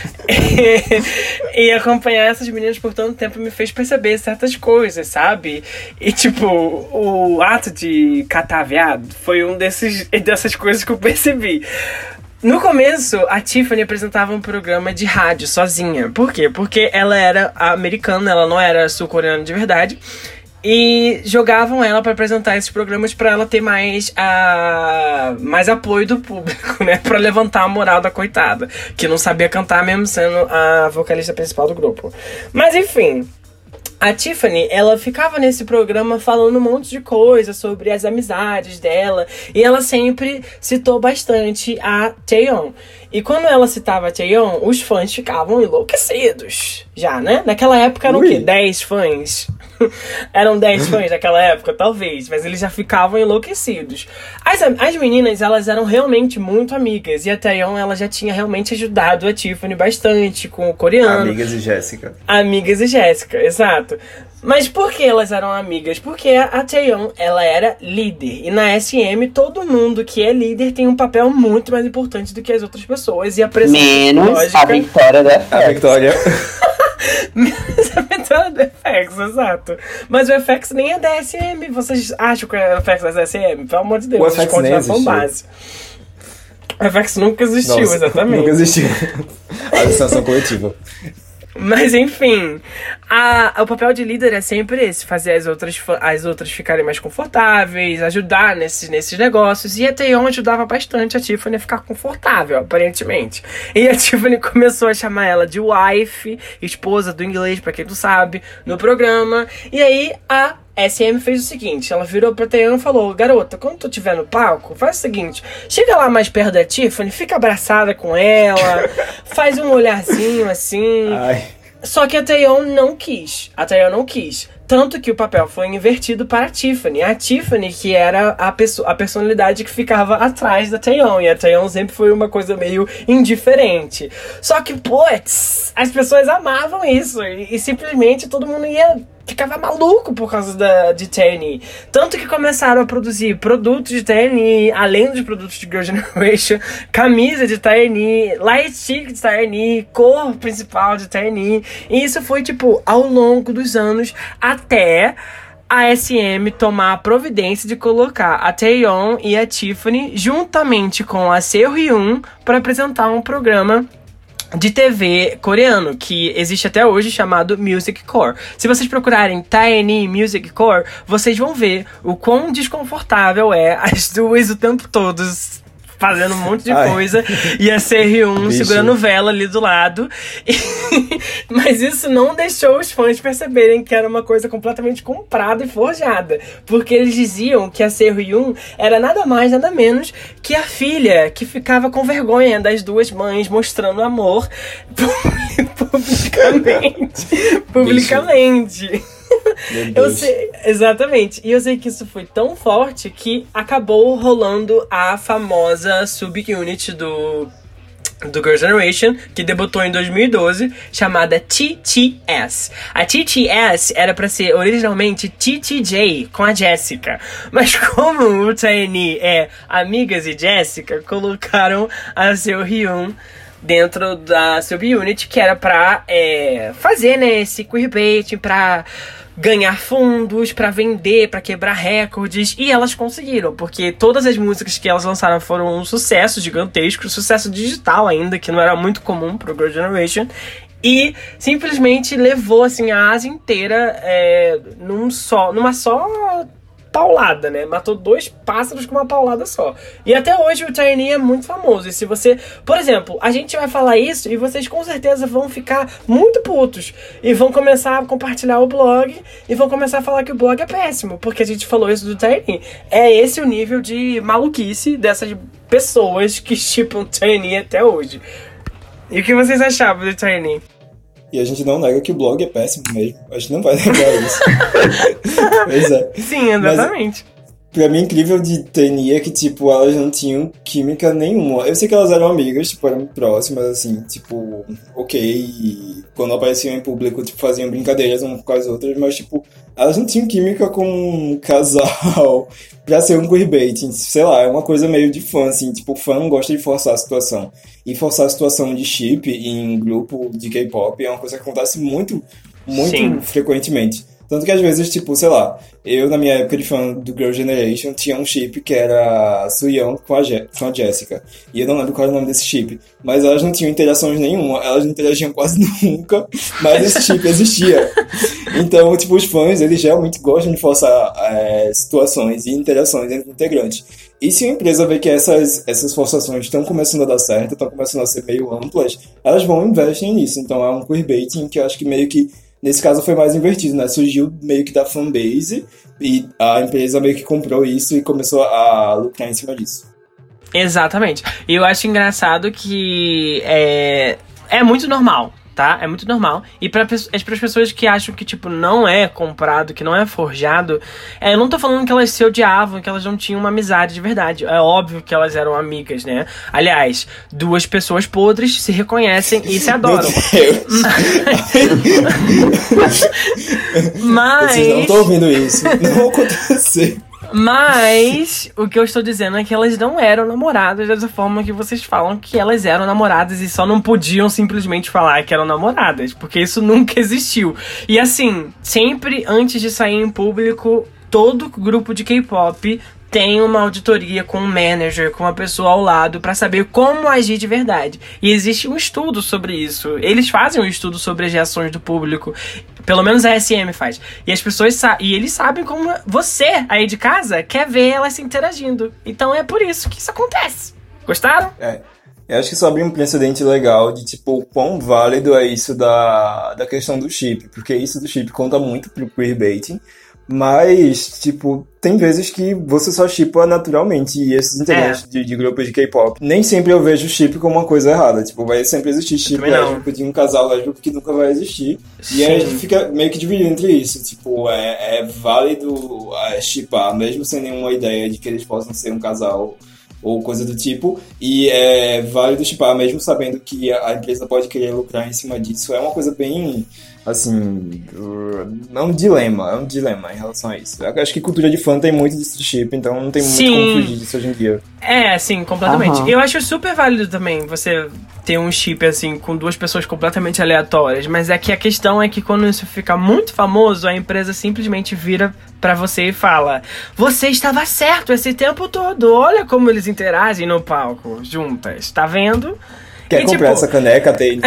E acompanhar essas meninas por tanto tempo me fez perceber certas coisas, sabe? E tipo, o ato de catar viado foi um desses, dessas coisas que eu percebi. No começo, a Tiffany apresentava um programa de rádio sozinha. Por quê? Porque ela era americana, ela não era sul-coreana de verdade. E jogavam ela pra apresentar esses programas pra ela ter mais, uh, mais apoio do público, né? Pra levantar a moral da coitada, que não sabia cantar mesmo sendo a vocalista principal do grupo. Mas enfim... A Tiffany, ela ficava nesse programa falando um monte de coisa sobre as amizades dela. E ela sempre citou bastante a Taeyeon. E quando ela citava a Taeyeon, os fãs ficavam enlouquecidos. Já, né? Naquela época eram Ui. o quê? dez fãs? Eram dez fãs naquela época? Talvez. Mas eles já ficavam enlouquecidos. As, as meninas, elas eram realmente muito amigas. E a Taeyeon, ela já tinha realmente ajudado a Tiffany bastante com o coreano. Amigas e Jéssica. Amigas e Jéssica, exato. Mas por que elas eram amigas? Porque a Taeyeon, ela era líder. E na S M, todo mundo que é líder tem um papel muito mais importante do que as outras pessoas. E a pressão Menos psicológica... a Victoria da A F. Victoria. Menos a vitória do F X, exato. Mas o F X nem é da S M. Vocês acham que o F X é da S M? Pelo amor de Deus, O F X vocês nem continuam existiu. base. O F X nunca existiu, Nossa, exatamente. Nunca existiu. A alucinação coletiva. Mas enfim, a, o papel de líder é sempre esse: fazer as outras, fa- as outras ficarem mais confortáveis, ajudar nesses, nesses negócios. E a Taeyeon ajudava bastante a Tiffany a ficar confortável, aparentemente. E a Tiffany começou a chamar ela de wife, esposa do inglês, pra quem não sabe, no programa. E aí a a S M fez o seguinte, ela virou pra Taeyong e falou, garota, quando tu estiver no palco, faz o seguinte, chega lá mais perto da Tiffany, fica abraçada com ela, faz um olharzinho assim. Ai. Só que a Taeyong não quis. A Taeyong não quis. Tanto que o papel foi invertido para a Tiffany. A Tiffany, que era a, pessoa, a personalidade que ficava atrás da Taeyong. E a Taeyong sempre foi uma coisa meio indiferente. Só que, putz, as pessoas amavam isso. E, e simplesmente todo mundo ia... ficava maluco por causa da, de Taeyong. Tanto que começaram a produzir produtos de Taeyong, além dos produtos de Girl Generation, camisa de Taeyong, light stick de Taeyong, cor principal de Taeyong. E isso foi, tipo, ao longo dos anos, até a S M tomar a providência de colocar a Taeyong e a Tiffany juntamente com a Seo-hyun para apresentar um programa de T V coreano, que existe até hoje, chamado Music Core. Se vocês procurarem Taeyong Music Core, vocês vão ver o quão desconfortável é as duas o tempo todo fazendo um monte de Ai. coisa e a Seo-hyun Bicho. segurando vela ali do lado. E... mas isso não deixou os fãs perceberem que era uma coisa completamente comprada e forjada, porque eles diziam que a Seo-hyun era nada mais, nada menos que a filha que ficava com vergonha das duas mães mostrando amor publicamente. publicamente. Eu sei, exatamente. E eu sei que isso foi tão forte que acabou rolando a famosa subunit do, do Girl Generation, que debutou em dois mil e doze, chamada T T S. A T T S era pra ser originalmente T T J com a Jessica, mas como o Taeyong é amigas e Jessica, colocaram a Seo-hyun dentro da subunit, que era pra é, fazer, né, esse queerbaiting, pra ganhar fundos, pra vender, pra quebrar recordes, e elas conseguiram, porque todas as músicas que elas lançaram foram um sucesso gigantesco, sucesso digital ainda, que não era muito comum pro Girl Generation, e simplesmente levou, assim, a Ásia inteira é, num só, numa só paulada, né? Matou dois pássaros com uma paulada só. E até hoje o Taeyong é muito famoso. E se você... Por exemplo, a gente vai falar isso e vocês com certeza vão ficar muito putos. E vão começar a compartilhar o blog e vão começar a falar que o blog é péssimo, porque a gente falou isso do Taeyong. É esse o nível de maluquice dessas pessoas que chipam Taeyong até hoje. E o que vocês achavam do Taeyong? E a gente não nega que o blog é péssimo mesmo. A gente não vai negar isso. Pois é. Sim, exatamente. Mas, pra mim, incrível de Taeyong é que, tipo, elas não tinham química nenhuma. Eu sei que elas eram amigas, tipo, eram próximas, assim, tipo, ok. E quando apareciam em público, tipo, faziam brincadeiras umas com as outras, mas, tipo, elas não tinham química com um casal pra ser um queerbaiting. Sei lá, é uma coisa meio de fã, assim, tipo, o fã gosta de forçar a situação. E forçar a situação de chip em grupo de K-pop é uma coisa que acontece muito, muito Sim. frequentemente. Tanto que às vezes, tipo, sei lá, eu na minha época de fã do Girl Generation tinha um chip que era a Soo-young com a, Je- com a Jessica. E eu não lembro qual era o nome desse chip. Mas elas não tinham interações nenhuma, elas não interagiam quase nunca, mas esse chip existia. Então, tipo, os fãs, eles realmente gostam de forçar é, situações e interações entre integrantes. E se a empresa vê que essas, essas forçações estão começando a dar certo, estão começando a ser meio amplas, elas vão e investem nisso. Então é um queerbaiting que eu acho que meio que, nesse caso, foi mais invertido, né? Surgiu meio que da fanbase e a empresa meio que comprou isso e começou a lucrar em cima disso. Exatamente. E eu acho engraçado que é, é muito normal, tá? É muito normal. E para as pessoas que acham que, tipo, não é comprado, que não é forjado, é, eu não tô falando que elas se odiavam, que elas não tinham uma amizade de verdade. É óbvio que elas eram amigas, né? Aliás, duas pessoas podres se reconhecem e se adoram. Meu Deus. Mas... Vocês não estão ouvindo isso. Não vai acontecer. Mas o que eu estou dizendo é que elas não eram namoradas dessa forma que vocês falam que elas eram namoradas e só não podiam simplesmente falar que eram namoradas, porque isso nunca existiu. E assim, sempre antes de sair em público, todo grupo de K-pop tem uma auditoria com um manager, com uma pessoa ao lado, pra saber como agir de verdade. E existe um estudo sobre isso. Eles fazem um estudo sobre as reações do público. Pelo menos a S M faz. E as pessoas sa- e eles sabem como você, aí de casa, quer ver elas se interagindo. Então é por isso que isso acontece. Gostaram? É. Eu acho que isso abre um precedente legal de, tipo, o quão válido é isso da, da questão do chip. Porque isso do chip conta muito pro queerbaiting. Mas, tipo, tem vezes que você só shippa naturalmente. E esses integrantes É. de, de grupos de K-pop, nem sempre eu vejo chip como uma coisa errada. Tipo, vai sempre existir chip também não. lésbico de um casal lésbico que nunca vai existir. E aí a Sim. gente fica meio que dividido entre isso. Tipo, é, é válido é, shippar, mesmo sem nenhuma ideia de que eles possam ser um casal ou coisa do tipo. E é válido shippar, mesmo sabendo que a a empresa pode querer lucrar em cima disso. É uma coisa bem... Assim, uh, é um dilema, é um dilema em relação a isso. Eu acho que cultura de fã tem muito disso de chip, então não tem muito Sim. como fugir disso hoje em dia. É, sim, completamente. Aham. Eu acho super válido também você ter um chip, assim, com duas pessoas completamente aleatórias. Mas é que a questão é que quando isso fica muito famoso, a empresa simplesmente vira pra você e fala: você estava certo esse tempo todo, olha como eles interagem no palco, juntas, tá vendo? Quer E, comprar tipo, essa caneca, tem.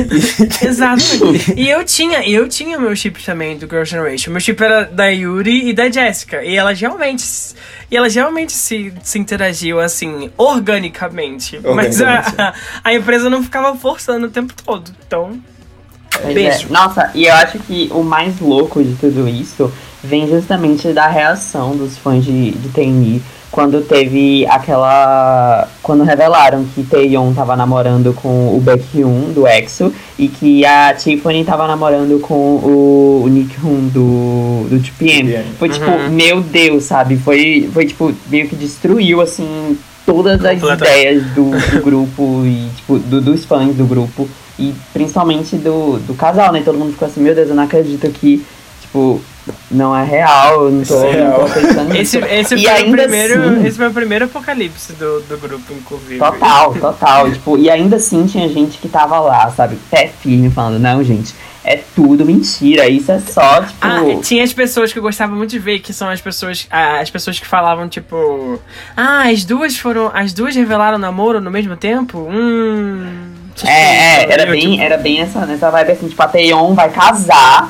Exatamente. E eu tinha, eu tinha meu chip também do Girl Generation. Meu chip era da Yuri e da Jessica. E elas realmente, e elas realmente se, se interagiam assim, organicamente. Mas Organicamente, a, a empresa não ficava forçando o tempo todo. Então, Pois beijo. é. Nossa, e eu acho que o mais louco de tudo isso vem justamente da reação dos fãs de, de T N I quando teve aquela... Quando revelaram que Taeyeon tava namorando com o Baekhyun do EXO e que a Tiffany tava namorando com o, o Nickhoon do, do two P M. two P M. Foi tipo, Uhum. meu Deus, sabe? Foi, foi tipo, meio que destruiu, assim, todas as Completamente. ideias do, do grupo e, tipo, do, dos fãs do grupo. E principalmente do, do casal, né? Todo mundo ficou assim, meu Deus, eu não acredito que, tipo, não é real, eu não tô, Isso é não tô real. acreditando nisso. Esse, esse, E foi o ainda primeiro, assim- esse foi o primeiro apocalipse do, do grupo, inclusive. Total, total. Tipo, e ainda assim tinha gente que tava lá, sabe, pé firme, falando, não, gente, é tudo mentira, isso é só, tipo... Ah, tinha as pessoas que eu gostava muito de ver, que são as pessoas, ah, as pessoas que falavam, tipo... Ah, as duas foram... As duas revelaram namoro no mesmo tempo? Hum... É, é, era Eu, bem, tipo, era bem essa, nessa vibe assim, tipo, a Taeyeon vai casar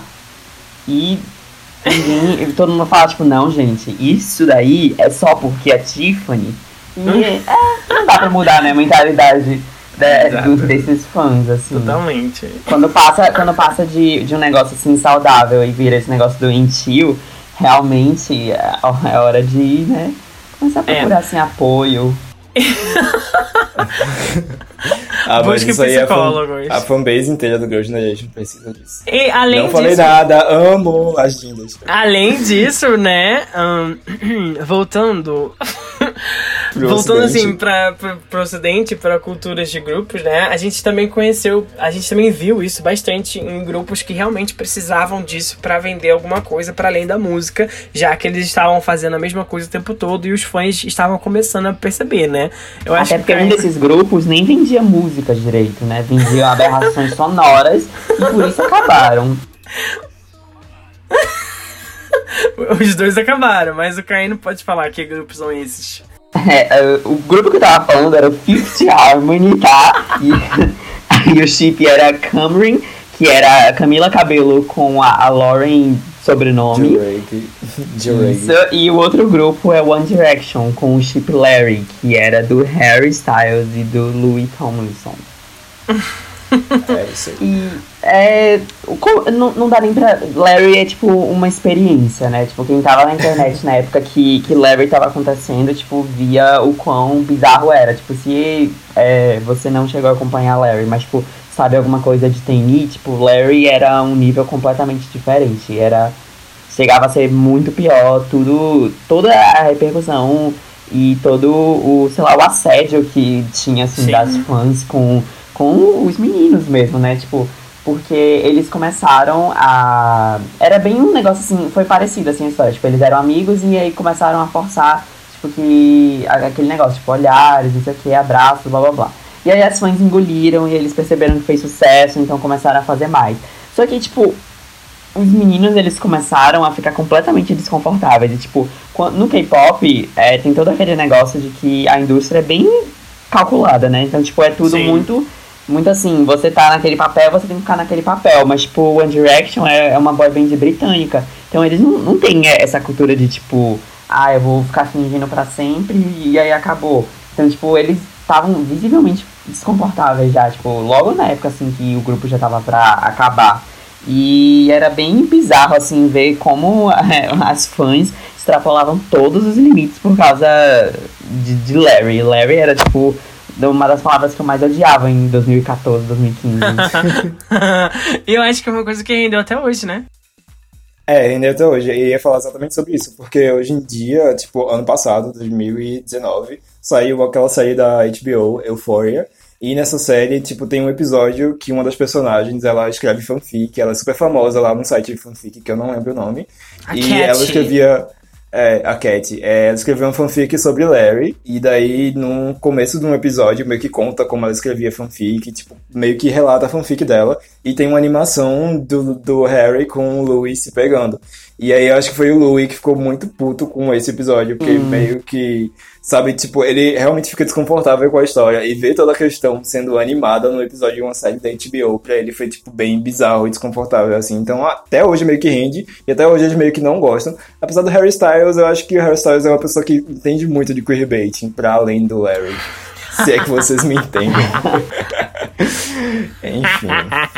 e ninguém, e todo mundo fala, tipo, não, gente, isso daí é só porque a Tiffany. E é, não dá pra mudar, né, a mentalidade né, Exato. do- desses fãs, assim. Totalmente. Quando passa, quando passa de, de um negócio assim saudável e vira esse negócio do intio, realmente é, é hora de ir, né? Começar a É. procurar assim apoio. Ah, mas Busque isso aí é a, fan, psicólogos. a fanbase inteira do Girl Generation precisa disso. E além Não falei disso, nada, amo as lindas. além disso, né, ahn, voltando, Pro voltando ocidente. assim para pro ocidente, para culturas de grupos, né, a gente também conheceu, a gente também viu isso bastante em grupos que realmente precisavam disso pra vender alguma coisa para além da música, já que eles estavam fazendo a mesma coisa o tempo todo e os fãs estavam começando a perceber, né. Eu acho Até porque que um desses grupos nem vendia música direito, né? Vendia aberrações sonoras e por isso acabaram. os dois acabaram, mas o Caio pode falar que grupos são esses. É, é, o grupo que eu tava falando era o Fifth Harmony, tá? E, e o chip era Cameron, que era a Camila Cabello com a, a Lauren sobrenome. Drake. Drake. Isso, e o outro grupo é One Direction, com o chip Larry, que era do Harry Styles e do Louis Tomlinson. É isso aí. E é, o co- não, não dá nem pra... Larry é tipo uma experiência, né? Tipo, quem tava na internet na época que, que Larry tava acontecendo, tipo, via o quão bizarro era. Tipo, se é, você não chegou a acompanhar Larry, mas, tipo, sabe alguma coisa de T N I, tipo, Larry era um nível completamente diferente. Era... Chegava a ser muito pior, tudo... Toda a repercussão e todo o, sei lá, o assédio que tinha, assim, Sim. das fãs com... com os meninos mesmo, né? Tipo, porque eles começaram a... Era bem um negócio assim, foi parecido assim a história. Tipo, eles eram amigos e aí começaram a forçar, tipo, que... aquele negócio, tipo, olhares, isso aqui, abraços, blá blá blá. E aí as fãs engoliram e eles perceberam que fez sucesso, então começaram a fazer mais. Só que, tipo, os meninos, eles começaram a ficar completamente desconfortáveis. E, tipo, quan- no K-pop, é, tem todo aquele negócio de que a indústria é bem calculada, né? Então, tipo, é tudo Sim. muito... Muito assim, você tá naquele papel, você tem que ficar naquele papel. Mas, tipo, One Direction é, é uma boy band britânica. Então, eles não, não têm é, essa cultura de, tipo... Ah, eu vou ficar fingindo pra sempre e aí acabou. Então, tipo, eles estavam visivelmente desconfortáveis já. Tipo, logo na época, assim, que o grupo já tava pra acabar. E era bem bizarro, assim, ver como é, as fãs extrapolavam todos os limites por causa de, de Larry. Larry era, tipo, uma das palavras que eu mais odiava em dois mil e quatorze, dois mil e quinze. E eu acho que é uma coisa que rendeu até hoje, né? É, ainda até hoje. E ia falar exatamente sobre isso, porque hoje em dia, tipo, ano passado, dois mil e dezenove, saiu aquela série da H B O, Euphoria, e nessa série, tipo, tem um episódio que uma das personagens, ela escreve fanfic, ela é super famosa lá no site de fanfic, que eu não lembro o nome, A e Cat. ela escrevia... É, a Cat, é, ela escreveu uma fanfic sobre Larry, e daí, no começo de um episódio, meio que conta como ela escrevia fanfic, tipo, meio que relata a fanfic dela, e tem uma animação do, do Harry com o Louis se pegando. E aí, eu acho que foi o Louis que ficou muito puto com esse episódio, porque Hum. meio que, sabe, tipo, ele realmente fica desconfortável com a história, e ver toda a questão sendo animada no episódio de uma série da H B O, pra ele foi, tipo, bem bizarro e desconfortável, assim. Então, até hoje meio que rende, e até hoje eles meio que não gostam. Apesar do Harry Styles, eu acho que o Harry Styles é uma pessoa que entende muito de queerbaiting, pra além do Larry. Se é que vocês me entendem. Enfim.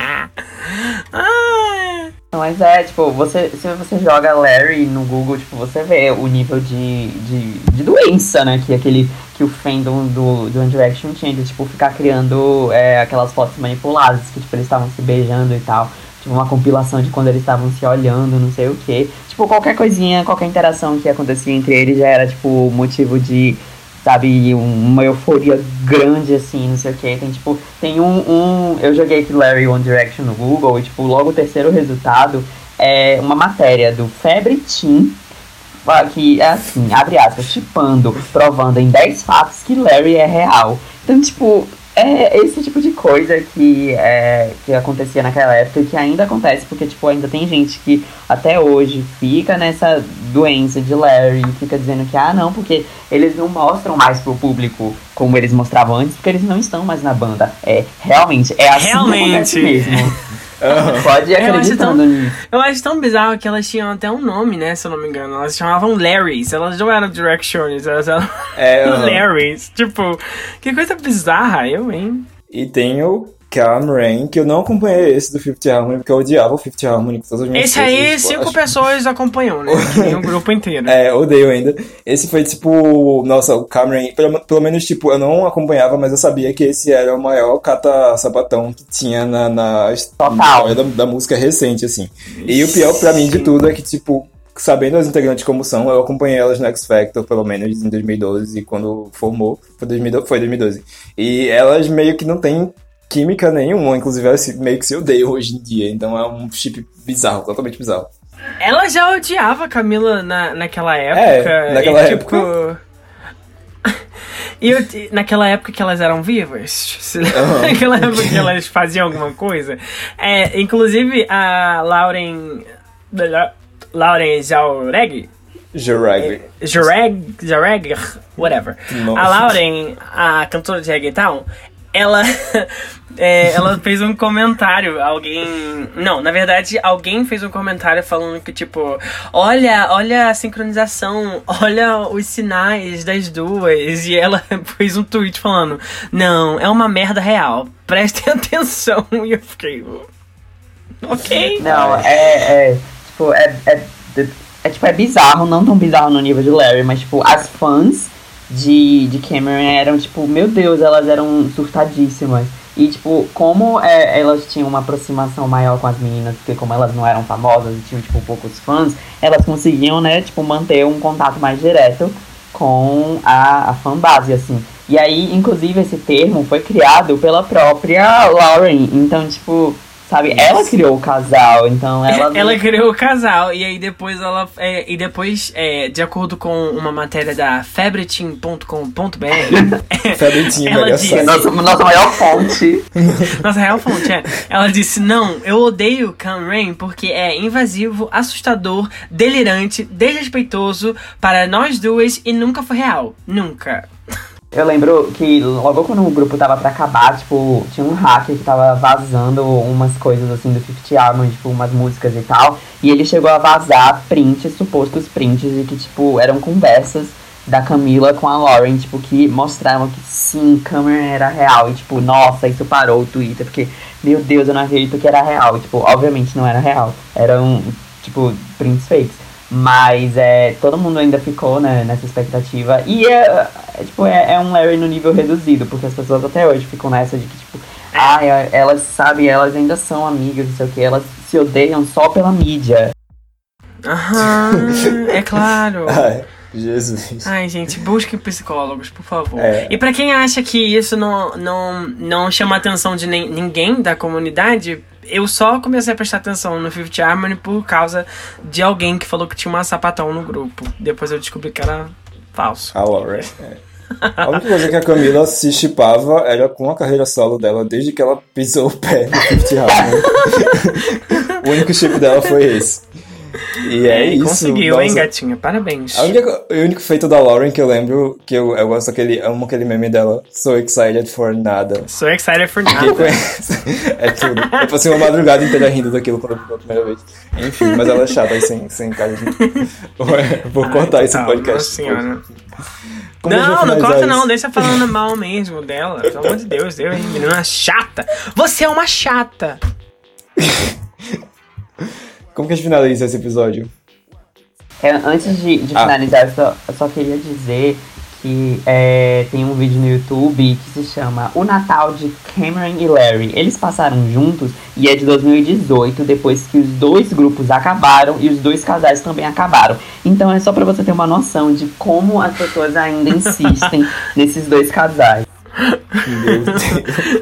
Ah, Mas é, tipo, você, se você joga Larry no Google, tipo, você vê o nível de, de, de doença, né? Que aquele que o fandom do, do One Direction tinha de, tipo, ficar criando é, aquelas fotos manipuladas, que, tipo, eles estavam se beijando e tal. Tipo, uma compilação de quando eles estavam se olhando, não sei o quê. Tipo, qualquer coisinha, qualquer interação que acontecia entre eles já era, tipo, motivo de, sabe, uma euforia grande, assim, não sei o que. Tem, tipo, tem um, um... Eu joguei aqui Larry One Direction no Google e, tipo, logo o terceiro resultado é uma matéria do Febre Teen, que é assim, abre aspas, chipando, provando em dez fatos que Larry é real. Então, tipo, é esse tipo de coisa que, é, que acontecia naquela época e que ainda acontece, porque, tipo, ainda tem gente que até hoje fica nessa doença de Larry e fica dizendo que, ah, não, porque eles não mostram mais pro público como eles mostravam antes, porque eles não estão mais na banda. É, realmente, é assim Realmente. que acontece mesmo. Pode ir Eu acho acreditando tão- nisso. eu acho tão bizarro que elas tinham até um nome, né? Se eu não me engano. Elas se chamavam Larrys. Elas não eram Directions, elas eram É, aham. Larrys. Tipo, que coisa bizarra, eu, hein? E tem o Cameron, que eu não acompanhei esse do Fifth Harmony, porque eu odiava o Fifth Harmony com todas as minhas Esse aí, forças, tipo, cinco acho- pessoas acompanham, né? Que nem o grupo inteiro. É, odeio ainda. Esse foi tipo. Nossa, o Cameron. Pelo, pelo menos, tipo, eu não acompanhava, mas eu sabia que esse era o maior cata-sapatão que tinha na, na Total. história da, da música recente, assim. E o pior pra mim de tudo é que, tipo, sabendo as integrantes como são, eu acompanhei elas no X Factor, pelo menos em dois mil e doze, quando formou. Foi dois mil e doze, foi dois mil e doze. E elas meio que não têm química nenhuma, inclusive elas se- meio que se odeiam hoje em dia. Então é um chip bizarro, totalmente bizarro. Ela já odiava a Camila na, naquela época. É, naquela e, tipo... E eu, e naquela época que elas eram vivas, se- Aham. naquela época que elas faziam alguma coisa. É, inclusive a Lauren. Lauren Jaureg. Jurag. Jareg, Jareg, whatever. Nossa. A Lauren, a cantora de reggaeton, ela, é, ela fez um comentário, alguém... Não, na verdade, alguém fez um comentário falando que, tipo, olha, olha a sincronização, olha os sinais das duas. E ela fez um tweet falando, não, é uma merda real, prestem atenção. E eu fiquei, ok. Não, é, é tipo, é, é, é, tipo, é bizarro, não tão bizarro no nível de Larry, mas, tipo, as fãs de, de Cameron eram, tipo, meu Deus, elas eram surtadíssimas. E, tipo, como é, elas tinham uma aproximação maior com as meninas, porque como elas não eram famosas e tinham, tipo, poucos fãs, elas conseguiam, né, tipo, manter um contato mais direto com a, a fanbase, assim. E aí, inclusive, esse termo foi criado pela própria Lauren. Então, tipo, sabe, ela criou o casal, então ela... Ela criou o casal, e aí depois ela. É, e depois, é, de acordo com uma matéria da febreteam ponto com ponto b r, Febretinho, ela melhor disse- site. Nossa, nossa maior fonte. nossa real fonte, é. Ela disse: não, eu odeio Cam Rain porque é invasivo, assustador, delirante, desrespeitoso para nós duas e nunca foi real. Nunca. Eu lembro que logo quando o grupo tava pra acabar, tipo, tinha um hacker que tava vazando umas coisas assim do Fifth Harmony, tipo, umas músicas e tal. E ele chegou a vazar prints, supostos prints, de que, tipo, eram conversas da Camila com a Lauren, tipo, que mostravam que sim, Cameron era real. E tipo, nossa, isso parou o Twitter, porque, meu Deus, eu não acredito que era real. E, tipo, obviamente não era real. Eram, tipo, prints fakes. Mas é, todo mundo ainda ficou, né, nessa expectativa. E é, é, tipo, é, é um Larry no nível reduzido, porque as pessoas até hoje ficam nessa de que, tipo, ah, elas, sabe, elas ainda são amigas, não sei o que, elas se odeiam só pela mídia. Aham, é claro. Ai, Jesus. Ai, gente, busquem psicólogos, por favor. É. E pra quem acha que isso não, não, não chama a atenção de nem, ninguém da comunidade, eu só comecei a prestar atenção no Fifth Harmony por causa de alguém que falou que tinha uma sapatão no grupo. Depois eu descobri que era falso. A Lauren. É. A única coisa que a Camila se chipava era com a carreira solo dela desde que ela pisou o pé no Fifth Harmony. O único chip dela foi esse. E é, É, isso. conseguiu, nossa. hein, gatinha? Parabéns. A única, o único feito da Lauren que eu lembro, que eu, eu gosto daquele, amo aquele meme dela, So Excited for Nada. So excited for Quem nada. conhece? É tudo. Eu passei uma madrugada inteira rindo daquilo quando eu vi pela primeira vez. Enfim, mas ela é chata aí sem, sem cara de... Vou cortar esse Ai, podcast. Nossa senhora. Como a gente vai Não, não finalizar corta isso? não, deixa falando mal mesmo dela. Pelo amor de Deus, Deus, menina chata. Você é uma chata. Como que a gente finaliza esse episódio? É, antes de, de Ah. finalizar, eu só, eu só queria dizer que é, tem um vídeo no YouTube que se chama O Natal de Cameron e Larry. Eles passaram juntos e é de dois mil e dezoito, depois que os dois grupos acabaram e os dois casais também acabaram. Então é só pra você ter uma noção de como as pessoas ainda insistem nesses dois casais. Meu Deus.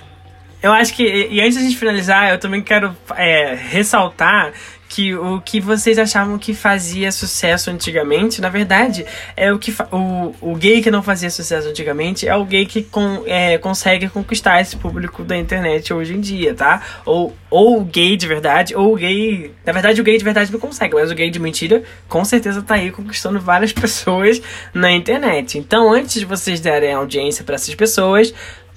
Eu acho que, e antes de a gente finalizar, eu também quero é, ressaltar que o que vocês achavam que fazia sucesso antigamente, na verdade, é o que fa- o, o gay que não fazia sucesso antigamente é o gay que com, é, consegue conquistar esse público da internet hoje em dia, tá? Ou, ou o gay de verdade, ou o gay... Na verdade, o gay de verdade não consegue, mas o gay de mentira com certeza tá aí conquistando várias pessoas na internet. Então, antes de vocês darem audiência para essas pessoas,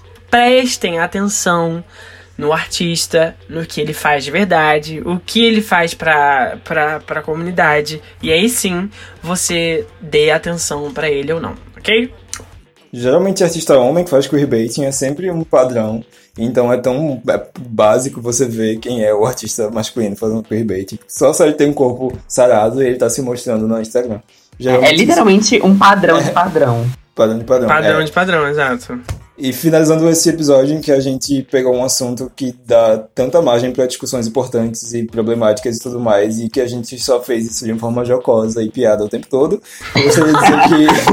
prestem atenção no artista, no que ele faz de verdade, o que ele faz pra, pra, pra comunidade. E aí sim, você dê atenção pra ele ou não, ok? Geralmente artista homem que faz queerbaiting é sempre um padrão. Então é tão é básico você ver quem é o artista masculino fazendo queerbaiting. Só se ele tem um corpo sarado e ele tá se mostrando no Instagram. É Geralmente literalmente um padrão de padrão. padrão de padrão. Padrão é. de padrão, exato. E finalizando esse episódio em que a gente pegou um assunto que dá tanta margem para discussões importantes e problemáticas e tudo mais, e que a gente só fez isso de uma forma jocosa e piada o tempo todo, eu gostaria de dizer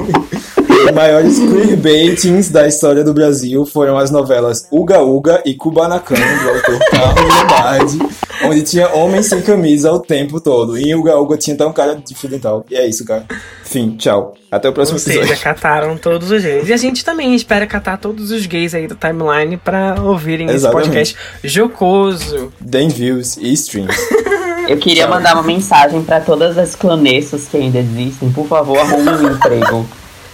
que os maiores queerbaitings da história do Brasil foram as novelas Uga Uga e Kubanacan, do autor Carlos Lombardi, onde tinha homens sem camisa o tempo todo. E em Uga Uga tinha até um cara de fio dental. E é isso, cara. Fim, tchau. Até o próximo Ou seja, episódio. cataram todos os gays. E a gente também espera catar todos os gays aí do timeline pra ouvirem Exatamente. esse podcast jocoso. Deem views e streams. Eu queria mandar uma mensagem pra todas as clonessas que ainda existem. Por favor, arrumem um emprego.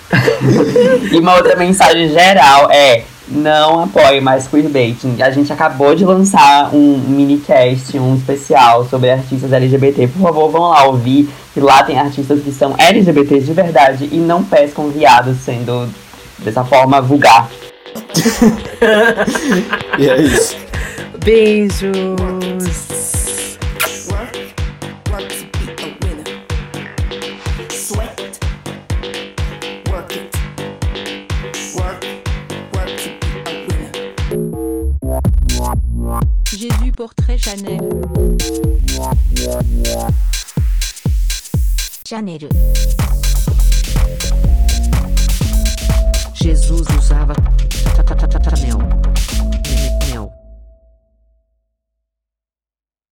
E uma outra mensagem geral é: não apoie mais queerbaiting. A gente acabou de lançar um minicast, um especial sobre artistas L G B T. Por favor, vão lá ouvir. Que lá tem artistas que são L G B T de verdade e não pescam viados sendo dessa forma vulgar. E é isso. Beijos! Work to be a winner. Sweat. Work it. Work. Work to be a winner. Jésus portrait Chanel. Chanel. Jesus usava Chanel.